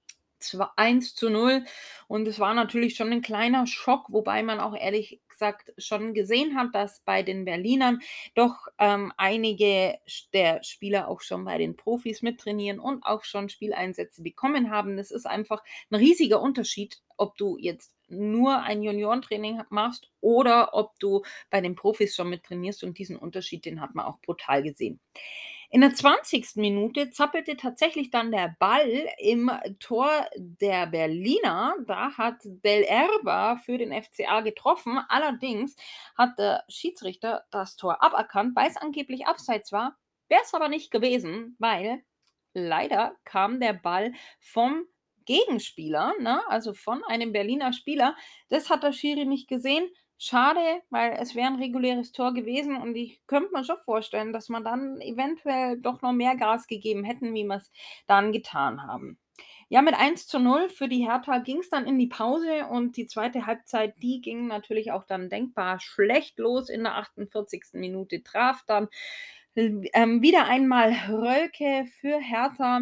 1:0 und es war natürlich schon ein kleiner Schock, wobei man auch ehrlich gesagt schon gesehen hat, dass bei den Berlinern doch, einige der Spieler auch schon bei den Profis mittrainieren und auch schon Spieleinsätze bekommen haben. Das ist einfach ein riesiger Unterschied, ob du jetzt nur ein Juniorentraining machst oder ob du bei den Profis schon mit trainierst, und diesen Unterschied, den hat man auch brutal gesehen. In der 20. Minute zappelte tatsächlich dann der Ball im Tor der Berliner. Da hat Del Erba für den FCA getroffen. Allerdings hat der Schiedsrichter das Tor aberkannt, weil es angeblich abseits war. Wäre es aber nicht gewesen, weil leider kam der Ball vom Gegenspieler, ne, also von einem Berliner Spieler. Das hat der Schiri nicht gesehen. Schade, weil es wäre ein reguläres Tor gewesen und ich könnte mir schon vorstellen, dass man dann eventuell doch noch mehr Gas gegeben hätten, wie wir es dann getan haben. Ja, mit 1:0 für die Hertha ging es dann in die Pause und die zweite Halbzeit, die ging natürlich auch dann denkbar schlecht los. In der 48. Minute traf dann, wieder einmal Rölke für Hertha.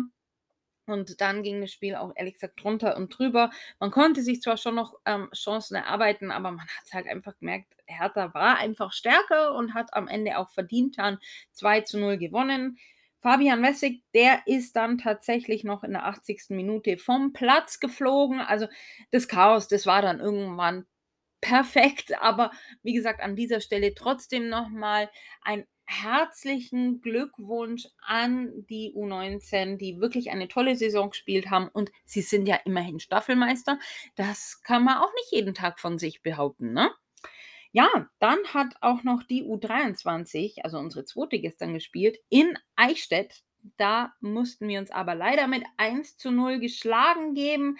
Und dann ging das Spiel auch ehrlich gesagt drunter und drüber. Man konnte sich zwar schon noch, Chancen erarbeiten, aber man hat halt einfach gemerkt, Hertha war einfach stärker und hat am Ende auch verdient dann 2:0 gewonnen. Fabian Wessig, der ist dann tatsächlich noch in der 80. Minute vom Platz geflogen. Also, das Chaos, das war dann irgendwann perfekt, aber wie gesagt, an dieser Stelle trotzdem noch mal einen herzlichen Glückwunsch an die U19, die wirklich eine tolle Saison gespielt haben, und sie sind ja immerhin Staffelmeister. Das kann man auch nicht jeden Tag von sich behaupten, ne? Ja, dann hat auch noch die U23, also unsere zweite gestern gespielt, in Eichstätt. Da mussten wir uns aber leider mit 1:0 geschlagen geben.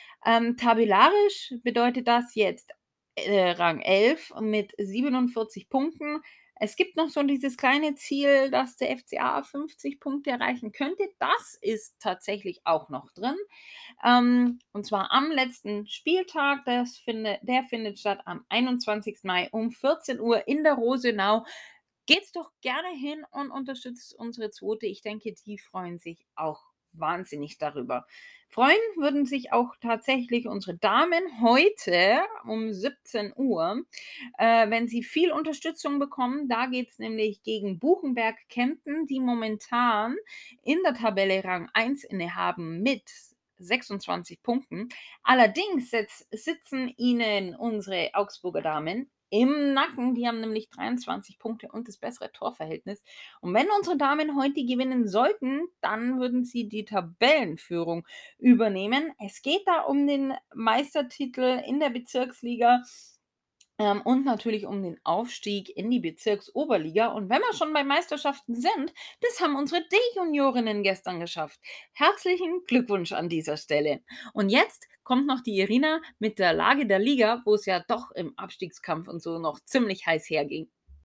Tabellarisch bedeutet das jetzt, Rang 11 mit 47 Punkten. Es gibt noch so dieses kleine Ziel, dass der FCA 50 Punkte erreichen könnte. Das ist tatsächlich auch noch drin. Und zwar am letzten Spieltag. Der findet statt am 21. Mai um 14 Uhr in der Rosenau. Geht's doch gerne hin und unterstützt unsere zweite. Ich denke, die freuen sich auch wahnsinnig darüber. Freuen würden sich auch tatsächlich unsere Damen heute um 17 Uhr, wenn sie viel Unterstützung bekommen. Da geht es nämlich gegen Buchenberg Kempten, die momentan in der Tabelle Rang 1 innehaben mit 26 Punkten. Allerdings sitzen ihnen unsere Augsburger Damen im Nacken. Die haben nämlich 23 Punkte und das bessere Torverhältnis. Und wenn unsere Damen heute gewinnen sollten, dann würden sie die Tabellenführung übernehmen. Es geht da um den Meistertitel in der Bezirksliga, und natürlich um den Aufstieg in die Bezirksoberliga. Und wenn wir schon bei Meisterschaften sind, das haben unsere D-Juniorinnen gestern geschafft. Herzlichen Glückwunsch an dieser Stelle. Und jetzt kommt noch die Irina mit der Lage der Liga, wo es ja doch im Abstiegskampf und so noch ziemlich heiß herging.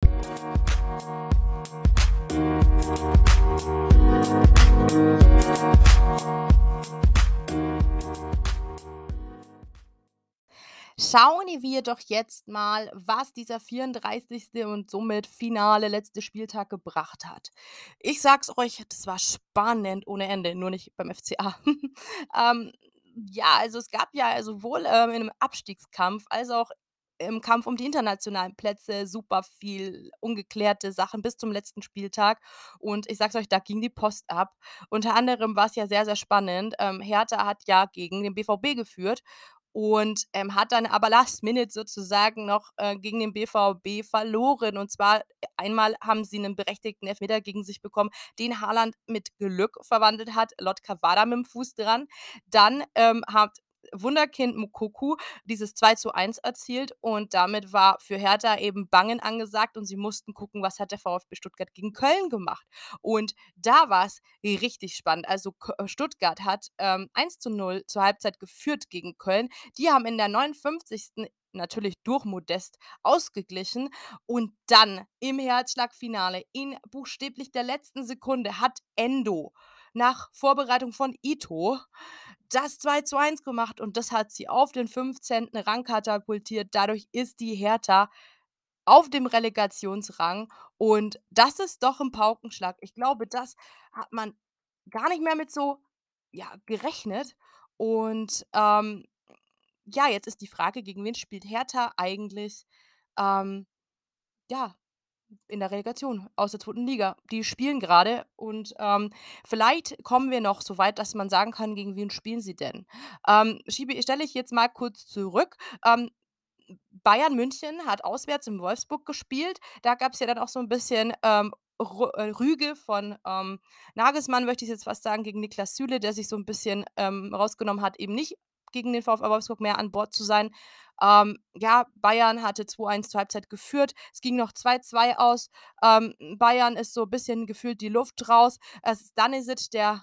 Schauen wir doch jetzt mal, was dieser 34. und somit finale letzte Spieltag gebracht hat. Ich sag's euch, das war spannend ohne Ende, nur nicht beim FCA. Ähm, ja, also es gab ja sowohl, im Abstiegskampf als auch im Kampf um die internationalen Plätze super viel ungeklärte Sachen bis zum letzten Spieltag. Und ich sag's euch, da ging die Post ab. Unter anderem war's ja sehr, sehr spannend. Hertha hat ja gegen den BVB geführt und, hat dann aber last minute sozusagen noch, gegen den BVB verloren. Und zwar einmal haben sie 'nen berechtigten Elfmeter gegen sich bekommen, den Haaland mit Glück verwandelt hat. Lotka war da mit'm Fuß dran. Dann, hat Wunderkind Moukoko dieses 2:1 erzielt und damit war für Hertha eben Bangen angesagt und sie mussten gucken, was hat der VfB Stuttgart gegen Köln gemacht. Und da war's richtig spannend. Also, Stuttgart hat, 1:0 zur Halbzeit geführt gegen Köln. Die haben in der 59. natürlich durch Modest ausgeglichen und dann im Herzschlagfinale in buchstäblich der letzten Sekunde hat Endo nach Vorbereitung von Ito das 2:1 gemacht und das hat sie auf den 15. Rang katapultiert. Dadurch ist die Hertha auf dem Relegationsrang und das ist doch 'n Paukenschlag. Ich glaube, das hat man gar nicht mehr mit so, ja, gerechnet und, ja, jetzt ist die Frage, gegen wen spielt Hertha eigentlich, ähm, ja, in der Relegation aus der zweiten Liga. Die spielen grade und, vielleicht kommen wir noch so weit, dass man sagen kann, gegen wen spielen sie denn? Schiebe stelle ich jetzt mal kurz zurück. Bayern München hat auswärts in Wolfsburg gespielt. Da gab's ja dann auch so 'n bisschen, Rüge von, Nagelsmann, möchte ich jetzt fast sagen, gegen Niklas Süle, der sich so 'n bisschen, rausgenommen hat, eben nicht gegen den VfL Wolfsburg mehr an Bord zu sein. Ja, Bayern hatte 2:1 zur Halbzeit geführt. Es ging noch 2:2 aus. Bayern ist so bisschen gefühlt die Luft raus. Es ist Stanisic, der,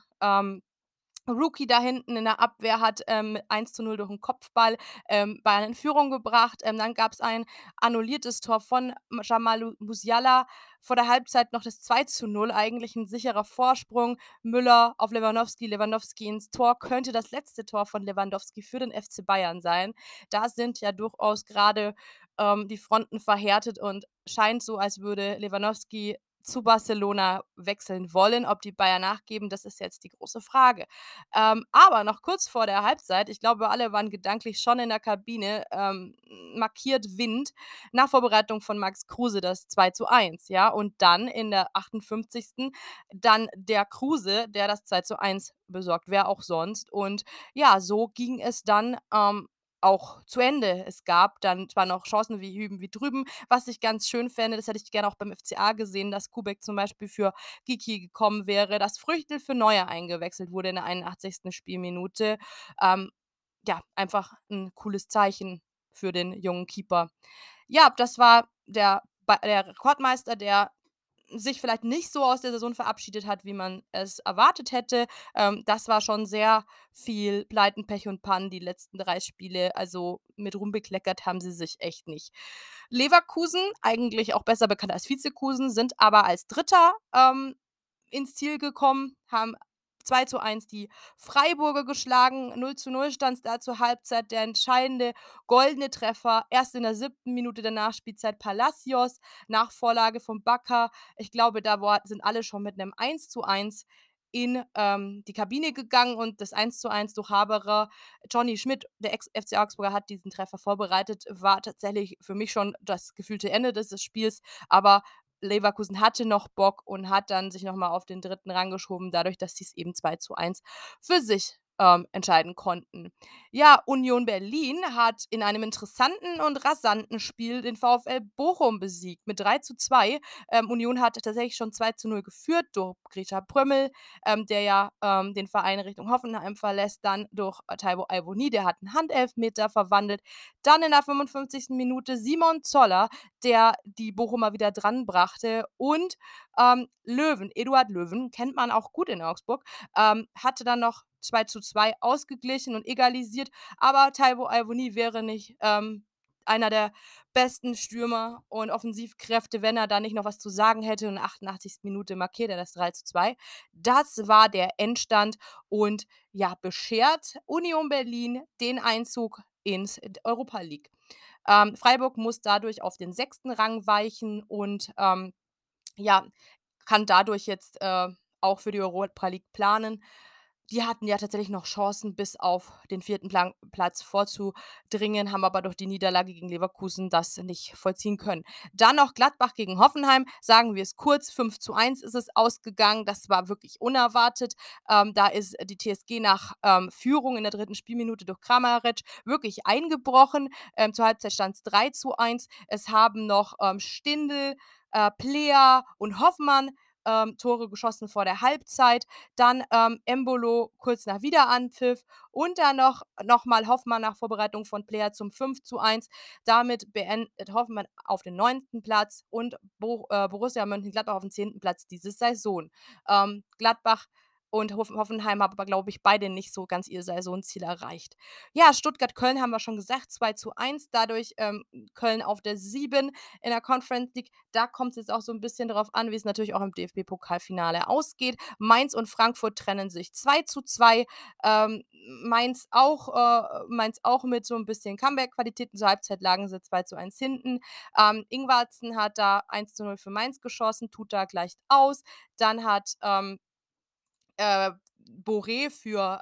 Rookie da hinten in der Abwehr hat, 1:0 durch 'n Kopfball, Bayern in Führung gebracht. Dann gab's ein annulliertes Tor von Jamal Musiala. Vor der Halbzeit noch das 2:0, eigentlich 'n sicherer Vorsprung. Müller auf Lewandowski, Lewandowski ins Tor. Könnte das letzte Tor von Lewandowski für den FC Bayern sein. Da sind ja durchaus grade, die Fronten verhärtet und scheint so, als würde Lewandowski zu Barcelona wechseln wollen. Ob die Bayern nachgeben, das ist jetzt die große Frage. Aber noch kurz vor der Halbzeit, ich glaube, alle waren gedanklich schon in der Kabine, markiert Wind nach Vorbereitung von Max Kruse das 2:1, ja? Und dann in der 58. dann der Kruse, der das 2:1 besorgt, wer auch sonst. Und ja, so ging es dann, auch zu Ende. Es gab dann zwar noch Chancen wie hüben wie drüben, was ich ganz schön fände, das hätte ich gerne auch beim FCA gesehen, dass Kubek zum Beispiel für Kiki gekommen wäre, dass Früchtl für Neuer eingewechselt wurde in der 81. Spielminute. Ähm, ja, einfach 'n cooles Zeichen für den jungen Keeper. Ja, das war der Rekordmeister, der sich vielleicht nicht so aus der Saison verabschiedet hat, wie man es erwartet hätte. Das war schon sehr viel Pleiten, Pech und Pannen die letzten 3 Spiele. Also, mit Ruhm bekleckert haben sie sich echt nicht. Leverkusen, eigentlich auch besser bekannt als Vizekusen, sind aber als Dritter, ins Ziel gekommen, haben 2:1 die Freiburger geschlagen. 0:0 stand's da zur Halbzeit. Der entscheidende goldene Treffer erst in der 7. Minute der Nachspielzeit Palacios nach Vorlage von Bakker. Ich glaube, da sind alle schon mit 'nem 1:1 in, die Kabine gegangen und das 1:1 durch Haberer. Johnny Schmidt, der Ex-FC Augsburger, hat diesen Treffer vorbereitet, war tatsächlich für mich schon das gefühlte Ende dieses Spiels, aber Leverkusen hatte noch Bock und hat dann sich noch mal auf den 3. Rang geschoben, dadurch, dass sie's eben 2:1 für sich, entscheiden konnten. Ja, Union Berlin hat in einem interessanten und rasanten Spiel den VfL Bochum besiegt mit 3:2. Union hat tatsächlich schon 2:0 geführt durch Grisha Prömmel, der ja, den Verein Richtung Hoffenheim verlässt, dann durch Taiwo Awoniyi, der hat 'n Handelfmeter verwandelt. Dann in der 55. Minute Simon Zoller, der die Bochumer wieder dranbrachte und, Löwen, Eduard Löwen, kennt man auch gut in Augsburg, hatte dann noch 2:2 ausgeglichen und egalisiert, aber Taiwo Awoniyi wäre nicht, einer der besten Stürmer und Offensivkräfte, wenn er da nicht noch was zu sagen hätte und in der 88. Minute markiert er das 3:2. Das war der Endstand und ja, beschert Union Berlin den Einzug ins Europa League. Freiburg muss dadurch auf den 6. Rang weichen und, ja, kann dadurch jetzt, auch für die Europa League planen. Die hatten ja tatsächlich noch Chancen, bis auf den vierten Platz vorzudringen, haben aber durch die Niederlage gegen Leverkusen das nicht vollziehen können. Dann noch Gladbach gegen Hoffenheim, sagen wir es kurz, 5:1 ist es ausgegangen. Das war wirklich unerwartet. Da ist die TSG nach, Führung in der dritten Spielminute durch Kramaric wirklich eingebrochen. Zur Halbzeit stand's 3:1. Es haben noch, Stindl, Player und Hoffmann, Tore geschossen vor der Halbzeit. Dann, Embolo kurz nach Wiederanpfiff und dann noch mal Hoffmann nach Vorbereitung von Player zum 5:1. Damit beendet Hoffmann auf den 9. Platz und Borussia Mönchengladbach auf dem 10. Platz diese Saison. Gladbach und Hoffenheim haben aber, glaube ich, beide nicht so ganz ihr Saisonziel erreicht. Ja, Stuttgart-Köln haben wir schon gesagt, 2:1. Dadurch, Köln auf der 7 in der Conference League. Da kommt es jetzt auch so ein bisschen darauf an, wie es natürlich auch im DFB-Pokalfinale ausgeht. Mainz und Frankfurt trennen sich 2:2. Ähm, Mainz auch mit so ein bisschen Comeback-Qualitäten. Zur Halbzeit lagen sie 2:1 hinten. Ingwarzen hat da 1:0 für Mainz geschossen, tut da gleicht aus. Dann hat, Boré für,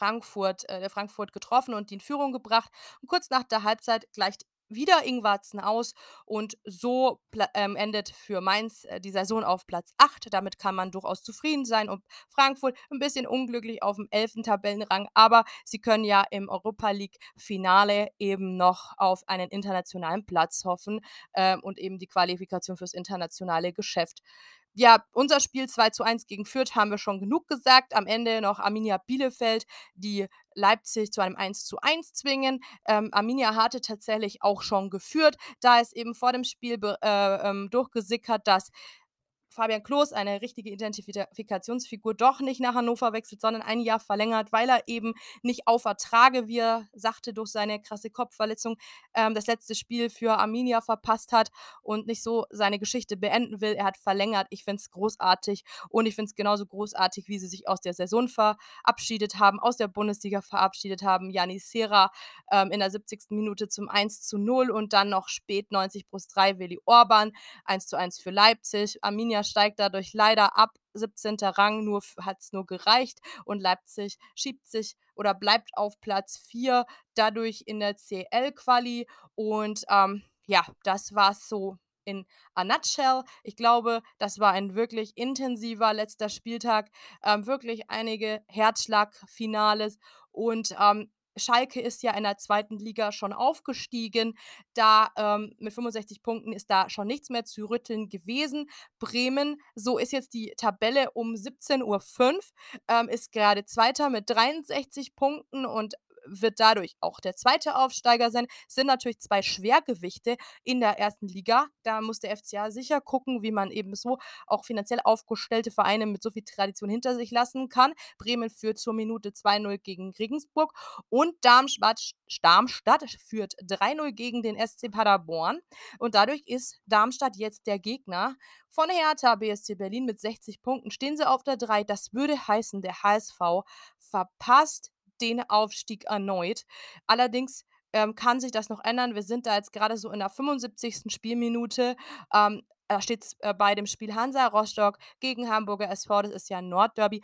Frankfurt getroffen und die in Führung gebracht. Und kurz nach der Halbzeit gleicht wieder Ingwarzen aus und so endet für Mainz, die Saison auf Platz 8. Damit kann man durchaus zufrieden sein und Frankfurt ein bisschen unglücklich auf dem 11. Tabellenrang, aber sie können ja im Europa-League-Finale eben noch auf einen internationalen Platz hoffen, und eben die Qualifikation fürs internationale Geschäft. Ja, unser Spiel 2:1 gegen Fürth haben wir schon genug gesagt. Am Ende noch Arminia Bielefeld, die Leipzig zu einem 1:1 zwingen. Arminia hatte tatsächlich auch schon geführt. Da ist eben vor dem Spiel durchgesickert, dass Fabian Klos, eine richtige Identifikationsfigur, doch nicht nach Hannover wechselt, sondern ein Jahr verlängert, weil er eben nicht auf Ertrage, wie er sagte, durch seine krasse Kopfverletzung, das letzte Spiel für Arminia verpasst hat und nicht so seine Geschichte beenden will. Er hat verlängert. Ich finde es großartig und ich finde es genauso großartig, wie sie sich aus der Saison verabschiedet haben, aus der Bundesliga verabschiedet haben. Janis Serra in der 70. Minute zum 1:0 und dann noch spät 90+3 Willi Orban 1:1 für Leipzig. Arminia steigt dadurch leider ab. 17. Rang, hat es nur gereicht und Leipzig schiebt sich oder bleibt auf Platz 4, dadurch in der CL-Quali. Und ja, das war es so in a nutshell. Ich glaube, das war ein wirklich intensiver letzter Spieltag, wirklich einige Herzschlagfinales und Schalke ist ja in der zweiten Liga schon aufgestiegen. Da mit 65 Punkten ist da schon nichts mehr zu rütteln gewesen. Bremen, so ist jetzt die Tabelle um 17:05 ist gerade Zweiter mit 63 Punkten und wird dadurch auch der zweite Aufsteiger sein. Es sind natürlich 2 Schwergewichte in der ersten Liga. Da muss der FCA sicher gucken, wie man eben so auch finanziell aufgestellte Vereine mit so viel Tradition hinter sich lassen kann. Bremen führt zur Minute 2:0 gegen Regensburg und Darmstadt führt 3:0 gegen den SC Paderborn. Und dadurch ist Darmstadt jetzt der Gegner von Hertha BSC Berlin mit 60 Punkten. Stehen sie auf der 3. Das würde heißen, der HSV verpasst den Aufstieg erneut. Allerdings kann sich das noch ändern. Wir sind da jetzt gerade so in der 75. Spielminute. Da steht es bei dem Spiel Hansa Rostock gegen Hamburger SV. Das ist ja ein Nordderby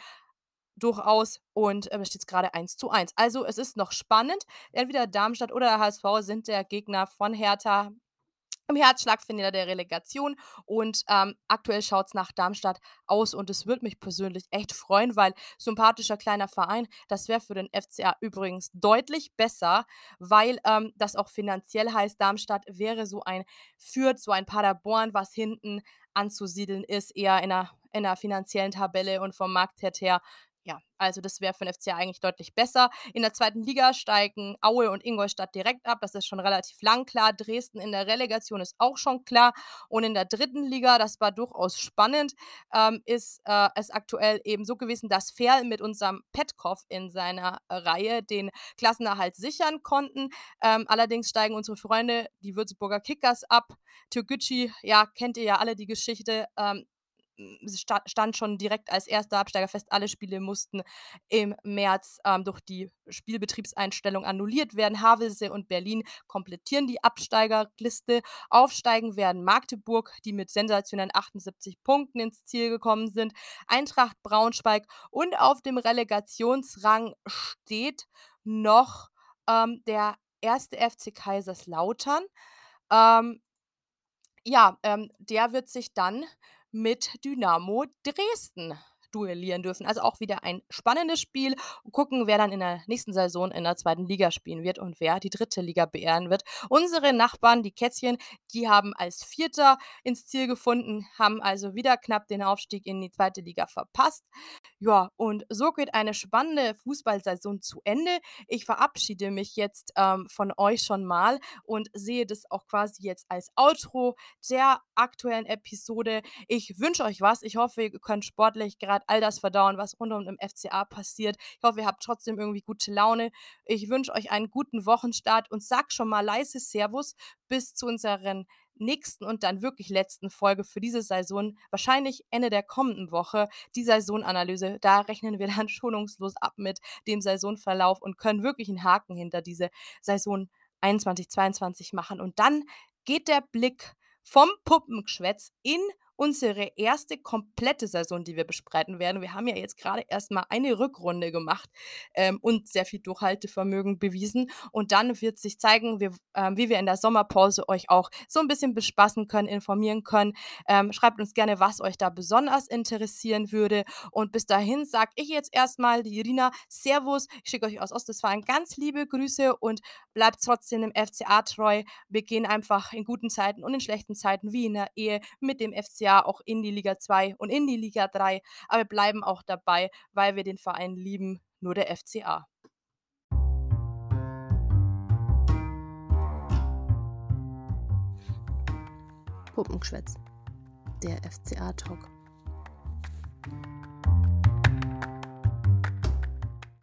durchaus und, es steht grade 1:1. Also, es ist noch spannend. Entweder Darmstadt oder der HSV sind der Gegner von Hertha im Herzschlagfinale der Relegation und, aktuell schaut's nach Darmstadt aus und es würde mich persönlich echt freuen, weil sympathischer kleiner Verein, das wäre für den FCA übrigens deutlich besser, weil, das auch finanziell heißt, Darmstadt wäre so ein Fürth, so ein Paderborn, was hinten anzusiedeln ist, eher in 'ner finanziellen Tabelle und vom Marktwert her. Ja, also das wäre für den FCA eigentlich deutlich besser. In der zweiten Liga steigen Aue und Ingolstadt direkt ab. Das ist schon relativ lang klar. Dresden in der Relegation ist auch schon klar. Und in der dritten Liga, das war durchaus spannend, ist es aktuell eben so gewesen, dass Ferl mit unserem Petkov in seiner Reihe den Klassenerhalt sichern konnten. Allerdings steigen unsere Freunde, die Würzburger Kickers, ab. Türkgücü, ja, kennt ihr ja alle die Geschichte. stand schon direkt als erster Absteiger fest. Alle Spiele mussten im März, durch die Spielbetriebseinstellung annulliert werden. Havelse und Berlin komplettieren die Absteigerliste. Aufsteigen werden Magdeburg, die mit sensationellen 78 Punkten ins Ziel gekommen sind, Eintracht Braunschweig und auf dem Relegationsrang steht noch, der 1. FC Kaiserslautern. Ähm, ja, der wird sich dann mit Dynamo Dresden duellieren dürfen. Also auch wieder ein spannendes Spiel. Gucken, wer dann in der nächsten Saison in der zweiten Liga spielen wird und wer die dritte Liga beehren wird. Unsere Nachbarn, die Kätzchen, die haben als Vierter ins Ziel gefunden, haben also wieder knapp den Aufstieg in die zweite Liga verpasst. Ja, und so geht eine spannende Fußballsaison zu Ende. Ich verabschiede mich jetzt, von euch schon mal und sehe das auch quasi jetzt als Outro der aktuellen Episode. Ich wünsche euch was. Ich hoffe, ihr könnt sportlich gerade all das verdauen, was rund um den FCA passiert. Ich hoffe, ihr habt trotzdem irgendwie gute Laune. Ich wünsche euch einen guten Wochenstart und sag schon mal leise Servus bis zu unseren nächsten und dann wirklich letzten Folge für diese Saison, wahrscheinlich Ende der kommenden Woche, die Saisonanalyse. Da rechnen wir dann schonungslos ab mit dem Saisonverlauf und können wirklich einen Haken hinter diese Saison 21/22 machen. Und dann geht der Blick vom Puppengeschwätz in unsere erste komplette Saison, die wir besprechen werden. Wir haben ja jetzt gerade erst mal eine Rückrunde gemacht, und sehr viel Durchhaltevermögen bewiesen. Und dann wird sich zeigen, wie wir in der Sommerpause euch auch so ein bisschen bespaßen können, informieren können. Schreibt uns gerne, was euch da besonders interessieren würde. Und bis dahin sage ich jetzt erstmal die Irina, Servus, ich schicke euch aus Ostwestfalen ganz liebe Grüße und bleibt trotzdem dem FCA treu. Wir gehen einfach in guten Zeiten und in schlechten Zeiten wie in der Ehe mit dem FCA auch in die Liga 2 und in die Liga 3. Aber wir bleiben auch dabei, weil wir den Verein lieben, nur der FCA. Puppengeschwätz, der FCA-Talk.